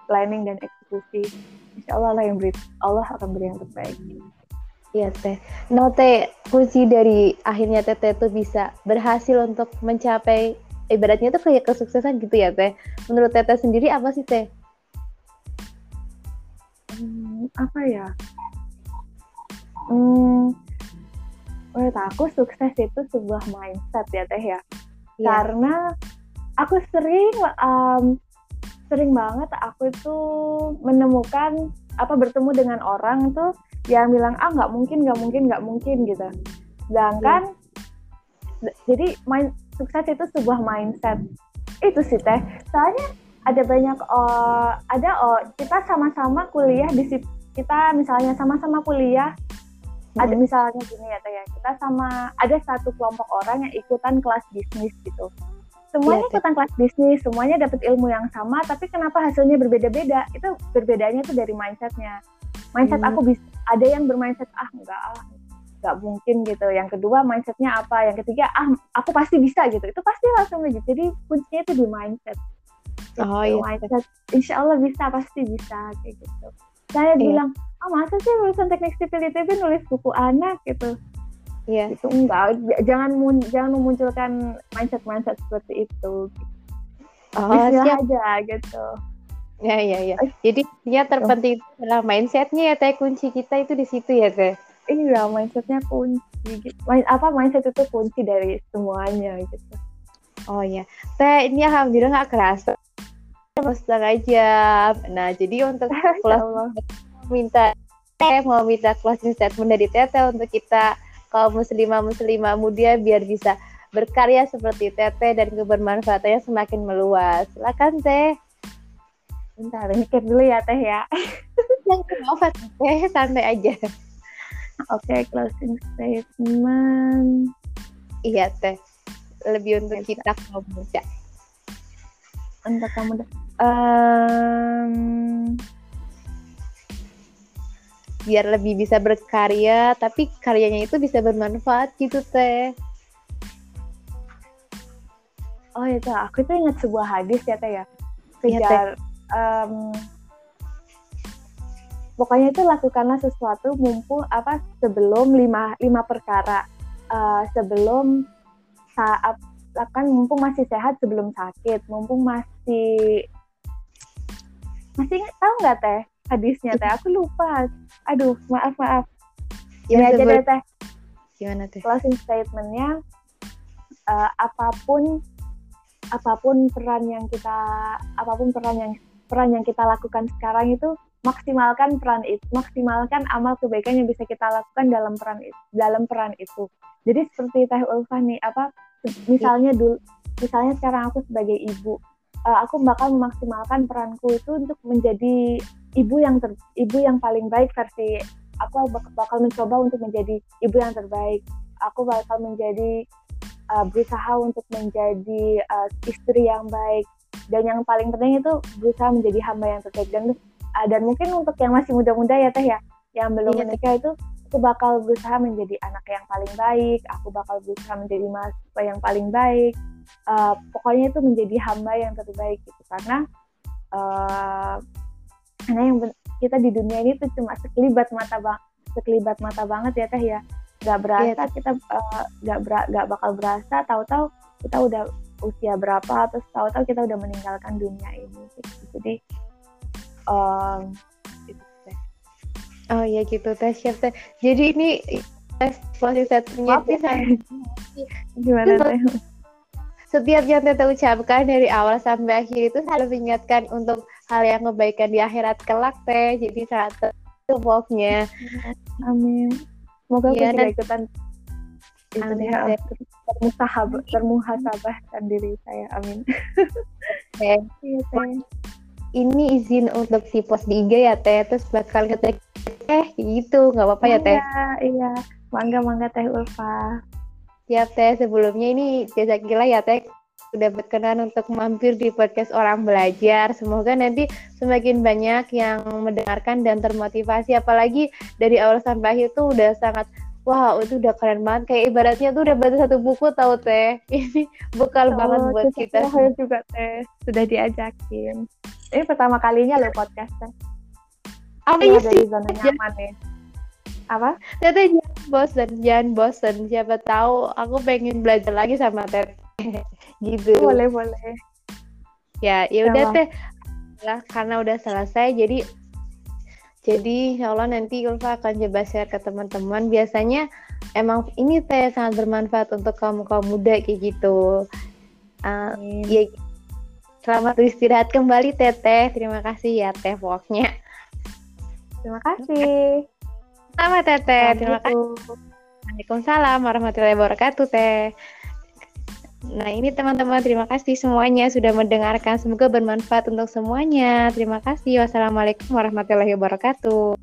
planning dan eksekusi. Insya Allah Allah akan beri yang terbaik. Iya teh. Nah teh, kunci dari akhirnya teteh tuh bisa berhasil untuk mencapai ibaratnya tuh kayak kesuksesan gitu ya teh. Menurut teteh sendiri apa sih teh? Apa ya? Menurut aku sukses itu sebuah mindset ya teh ya. Karena aku sering banget aku itu menemukan bertemu dengan orang tuh yang bilang nggak mungkin gitu. Sedangkan jadi sukses itu sebuah mindset itu sih teh. Soalnya ada banyak kita sama-sama kuliah kita misalnya sama-sama kuliah. Ada misalnya gini ya teh ya, kita ada satu kelompok orang yang ikutan kelas bisnis gitu. Semuanya ikutan kelas bisnis, semuanya dapat ilmu yang sama, tapi kenapa hasilnya berbeda-beda? Itu berbedanya itu dari mindsetnya. Mindset aku ada yang bermindset nggak mungkin gitu. Yang kedua mindsetnya apa? Yang ketiga aku pasti bisa gitu. Itu pasti langsung aja. Jadi kuncinya itu di mindset. Mindset. Insya Allah bisa, pasti bisa kayak gitu. Saya bilang, masa sih lulusan teknik sipil ITB nulis buku anak gitu. Iya. Itu enggak, jangan memunculkan mindset seperti itu. Bismillah aja gitu. Ya. Jadi ya terpenting adalah mindsetnya ya teh, kunci kita itu di situ ya teh. Iya, mindsetnya kunci. Mindset itu kunci dari semuanya gitu. Oh ya, teh ini alhamdulillah nggak kerasa. Setengah jam. Nah, jadi untuk mau minta closing statement dari Teteh untuk kita kaum muslimah muda biar bisa berkarya seperti Teteh dan kebermanfaatannya semakin meluas. Silakan Teh. Bentar, mikir dulu ya Teh ya. Yang kenapa Teh, santai aja. Oke, closing statement. Iya Teh. Lebih untuk kita kaum muda. Untuk kamu biar lebih bisa berkarya, tapi karyanya itu bisa bermanfaat gitu Teh. Oh itu, aku tuh ingat sebuah hadis ya Teh ya. Pokoknya itu lakukanlah sesuatu sebelum lima perkara. Sebelum mumpung masih sehat sebelum sakit, mumpung masih tahu nggak Teh hadisnya Teh? Aku lupa. Aduh, maaf. Ini aja deh Teh. Gimana Teh? Closing statement-nya apapun peran yang kita lakukan sekarang itu maksimalkan amal kebaikan yang bisa kita lakukan dalam peran itu. Jadi seperti Teh Ulfa nih, misalnya sekarang aku sebagai ibu, aku bakal memaksimalkan peranku itu untuk menjadi ibu yang paling baik versi aku. Bakal mencoba untuk menjadi ibu yang terbaik. Aku bakal berusaha untuk menjadi istri yang baik, dan yang paling penting itu berusaha menjadi hamba yang terbaik. Dan mungkin untuk yang masih muda-muda ya Teh ya, yang belum menikah itu, aku bakal berusaha menjadi anak yang paling baik, aku bakal berusaha menjadi mahasiswa yang paling baik. Pokoknya itu menjadi hamba yang terbaik gitu. Karena yang kita di dunia ini tuh cuma sekelibat mata banget ya Teh ya. Gak berasa kita gak bakal berasa, tahu-tahu kita udah usia berapa, terus tahu-tahu kita udah meninggalkan dunia ini gitu. Jadi gitu Teh. Oh ya gitu Teh, siap Teh. Jadi ini closing statement-nya gimana Teh? Setiap yang Teteh ucapkan dari awal sampai akhir itu selalu mengingatkan untuk hal yang kebaikan di akhirat kelak Teh. Jadi sangat semoga. Amin. Semoga aku juga ikutan bermuhasabahkan diri saya. Amin. Iya Teh. Ini izin untuk si post di IG ya Teh, terus bakal ngetek gitu, nggak apa-apa ya Teh? Iya, mangga Teh Ulfa. Siap Teh, sebelumnya ini jazakillah ya Teh sudah berkenan untuk mampir di podcast Orang Belajar. Semoga nanti semakin banyak yang mendengarkan dan termotivasi, apalagi dari awal sampai akhir tuh udah sangat wow, itu udah keren banget, kayak ibaratnya tuh udah baca satu buku tahu Teh. Ini bekal banget buat kita. Saya juga Teh sudah diajakin. Ini pertama kalinya loh podcastnya. Apa Keluar sih? dari zona nyaman nih. Apa? Teteh jangan bosen. Siapa tahu aku pengen belajar lagi sama Teteh. Gitu. Boleh, boleh. Ya udah Sama. Teh. Ya, karena udah selesai, jadi insya Allah nanti Ulfa akan coba share ke teman-teman. Biasanya emang ini Teh sangat bermanfaat untuk kaum muda kayak gitu. Ya, selamat beristirahat kembali Teteh. Terima kasih ya Teh pokoknya. Terima kasih. Sama Teteh. Terima kasih. Waalaikumsalam warahmatullahi wabarakatuh Teh. Nah ini teman-teman, terima kasih semuanya sudah mendengarkan. Semoga bermanfaat untuk semuanya. Terima kasih. Wassalamualaikum warahmatullahi wabarakatuh.